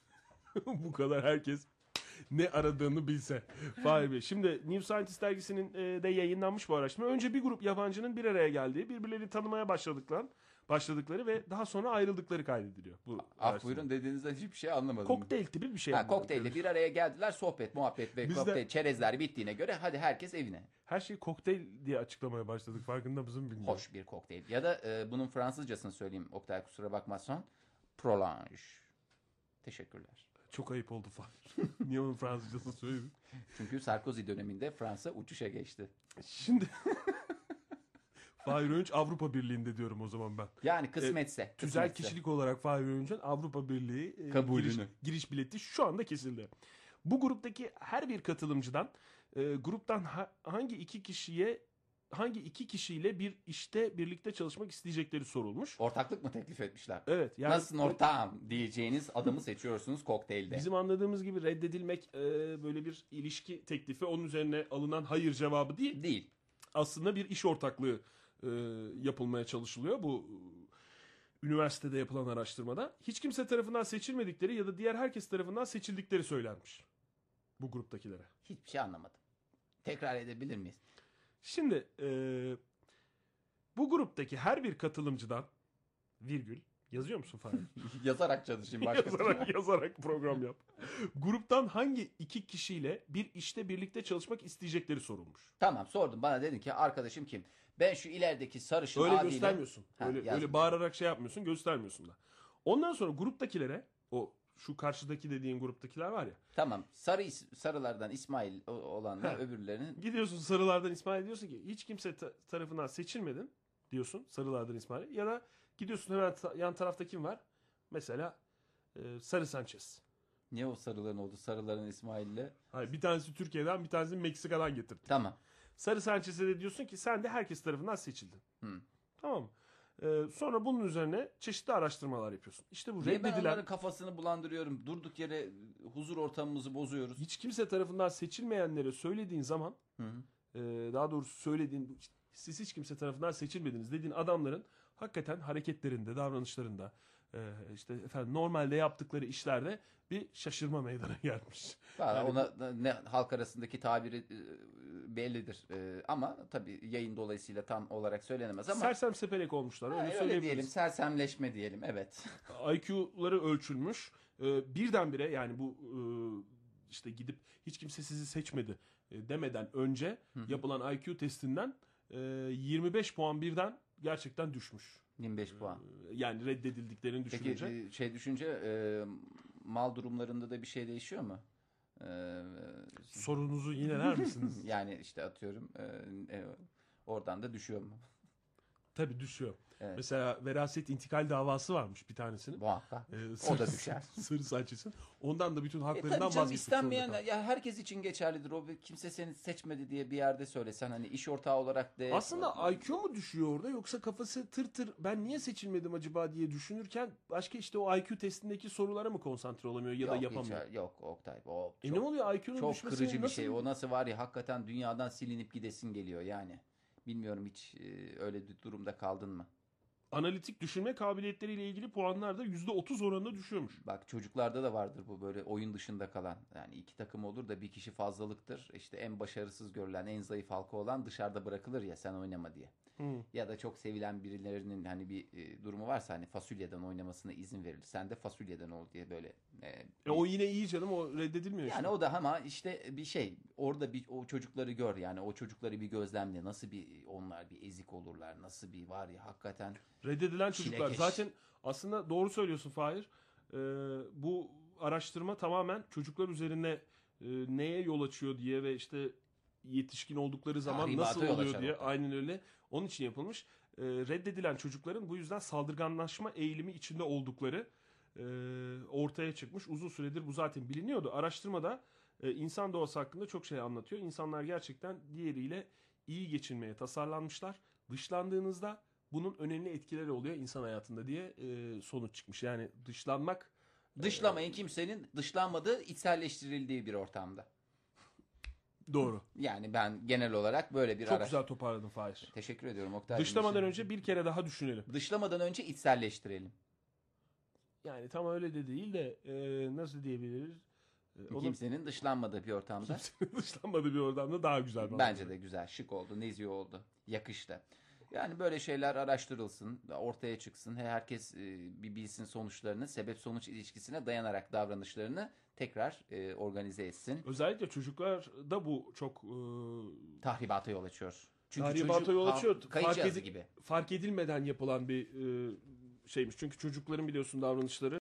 bu kadar herkes ne aradığını bilse. Fahir Bey. Şimdi New Scientist dergisinin de yayınlanmış bu araştırma. Önce bir grup yabancının bir araya geldiği, birbirlerini tanımaya başladıkları ve daha sonra ayrıldıkları kaydediliyor. Bu araştırma. Buyurun dediğinizden hiçbir şey anlamadım. Kokteyl tipi bir şey. Ha, anladım. kokteyle bir araya geldiler, sohbet, muhabbet ve Biz de- kokteyl çerezler bittiğine göre hadi herkes evine. Her şeyi kokteyl diye açıklamaya başladık. Farkında mısın bilmiyorum. Hoş bir kokteyl. Ya da bunun Fransızcasını söyleyeyim Oktay, kusura bakmazsan. Prolonge. Teşekkürler. Çok ayıp oldu Fahir. Niye onun Fransızcasını söyledin? Çünkü Sarkozy döneminde Fransa uçuşa geçti. Şimdi Fahir Öğünç Avrupa Birliği'nde diyorum o zaman ben. Yani kısmetse. Tüzel kısmetse. kişilik olarak Fahir Öğünç'ün Avrupa Birliği Kabulünü. giriş bileti şu anda kesildi. Bu gruptaki her bir katılımcıdan gruptan hangi iki kişiyle bir işte birlikte çalışmak isteyecekleri sorulmuş. Ortaklık mı teklif etmişler? Evet. Yani Nasılsın ortağım diyeceğiniz adamı seçiyorsunuz kokteylde. bizim anladığımız gibi reddedilmek böyle bir ilişki teklifi, onun üzerine alınan hayır cevabı değil. Değil. Aslında bir iş ortaklığı yapılmaya çalışılıyor bu üniversitede yapılan araştırmada. Hiç kimse tarafından seçilmedikleri ya da diğer herkes tarafından seçildikleri söylenmiş bu gruptakilere. Hiçbir şey anlamadım. Tekrar edebilir miyiz? Şimdi bu gruptaki her bir katılımcıdan virgül. Yazıyor musun Fahir? Yazarak çalışayım başka. yazarak program yap. Gruptan hangi iki kişiyle bir işte birlikte çalışmak isteyecekleri sorulmuş. Tamam, sordum. Bana dedin ki arkadaşım kim? Ben şu ilerideki sarışın Öyle abiyle... göstermiyorsun. Ha, öyle yazdım. bağırarak şey yapmıyorsun, göstermiyorsun da. Ondan sonra gruptakilere, o şu karşıdaki dediğin gruptakiler var ya. Tamam. Sarılardan İsmail olanla öbürlerinin... Gidiyorsun sarılardan İsmail, diyorsun ki hiç kimse tarafından seçilmedin diyorsun sarılardan İsmail. Ya da gidiyorsun hemen yan tarafta kim var? Mesela Sarı Sanchez. Niye o sarıların oldu? Sarıların İsmail'le... Hayır, bir tanesi Türkiye'den, bir tanesi Meksika'dan getirdi. Tamam. Sarı Sanchez'e de diyorsun ki sen de herkes tarafından seçildin. Hı. Tamam mı? Sonra bunun üzerine çeşitli araştırmalar yapıyorsun. İşte bu Niye ben reddedilen, onların kafasını bulandırıyorum? Durduk yere huzur ortamımızı bozuyoruz. hiç kimse tarafından seçilmeyenlere söylediğin zaman, Hı hı. daha doğrusu söylediğin, siz hiç kimse tarafından seçilmediniz dediğin adamların hakikaten hareketlerinde, davranışlarında, işte efendim normalde yaptıkları işlerde bir şaşırma meydana gelmiş. Valla Yani ona ne halk arasındaki tabiri bellidir. Ama tabii yayın dolayısıyla tam olarak söylenemez ama sersem sepelek olmuşlar. Ha, Öyle öyle diyelim, söyleyebiliriz. sersemleşme diyelim, evet. IQ'ları ölçülmüş. Birdenbire yani bu işte gidip hiç kimse sizi seçmedi demeden önce yapılan IQ testinden 25 puan birden gerçekten düşmüş. 25 puan. Yani reddedildiklerini Peki düşününce. şey düşünce mal durumlarında da bir şey değişiyor mu? Sorunuzu yineler misiniz? Yani işte atıyorum oradan da düşüyor mu? Tabii düşüyor. Evet. Mesela veraset intikal davası varmış bir tanesinin. Muhakkak. Sarı- O da düşer. Sarı Sanchez'in. Ondan da bütün haklarından Tabii canım, vazgeçmek istenmeyen zorunda kaldı. ya herkes için geçerlidir. O kimse seni seçmedi diye bir yerde söylesen hani iş ortağı olarak de. Aslında IQ mu düşüyor orada, yoksa kafası tır ben niye seçilmedim acaba diye düşünürken başka işte o IQ testindeki sorulara mı konsantre olamıyor ya da Yok, yapamıyor? yok Oktay. O Ne oluyor IQ'nun çok düşmesi? kırıcı bir nasıl? şey. O nasıl var ya, hakikaten dünyadan silinip gidesin geliyor yani. Bilmiyorum, hiç öyle bir durumda kaldın mı? Analitik düşünme kabiliyetleriyle ilgili puanlar da %30 oranında düşüyormuş. Bak, çocuklarda da vardır bu, böyle oyun dışında kalan. Yani iki takım olur da bir kişi fazlalıktır. İşte en başarısız görülen, en zayıf halka olan dışarıda bırakılır ya, sen oynama diye. Ya da çok sevilen birilerinin hani bir durumu varsa hani fasulyeden oynamasına izin verilir. Sen de fasulyeden ol diye böyle. O yine iyi canım, o reddedilmiyor Yani işte. o da ama işte bir şey. Orada bir o çocukları gör, yani o çocukları bir gözlemle. Nasıl bir onlar bir ezik olurlar. Nasıl bir var ya hakikaten. Reddedilen çocuklar. Çilekeş. Zaten aslında doğru söylüyorsun Fahir. Bu araştırma tamamen çocuklar üzerine neye yol açıyor diye ve işte yetişkin oldukları zaman Tahribata nasıl yol oluyor açar diye, o. aynen öyle. Onun için yapılmış. Reddedilen çocukların bu yüzden saldırganlaşma eğilimi içinde oldukları ortaya çıkmış. Uzun süredir bu zaten biliniyordu. Araştırmada insan doğası hakkında çok şey anlatıyor. İnsanlar gerçekten diğeriyle iyi geçinmeye tasarlanmışlar. Dışlandığınızda bunun önemli etkileri oluyor insan hayatında diye sonuç çıkmış. Yani dışlanmak Dışlamayın, kimsenin dışlanmadığı, içselleştirildiği bir ortamda. doğru. Yani ben genel olarak böyle bir Çok güzel toparladın Fahir. Teşekkür ediyorum Oktay. Dışlamadan önce bir kere daha düşünelim. Dışlamadan önce içselleştirelim. Yani tam öyle de değil de nasıl diyebiliriz? Onu Kimsenin dışlanmadığı bir ortamda. dışlanmadığı bir ortamda daha güzel. bana Bence göre. de güzel, şık oldu, nezih oldu, yakıştı. Yani böyle şeyler araştırılsın, ortaya çıksın. Herkes bir bilsin sonuçlarını, sebep sonuç ilişkisine dayanarak davranışlarını tekrar organize etsin. Özellikle çocuklarda bu çok Tahribata yol açıyor. Çünkü tahribata çocuk yol açıyor. kayıt cihazı gibi. Fark edilmeden yapılan bir şeymiş. Çünkü çocukların biliyorsun davranışları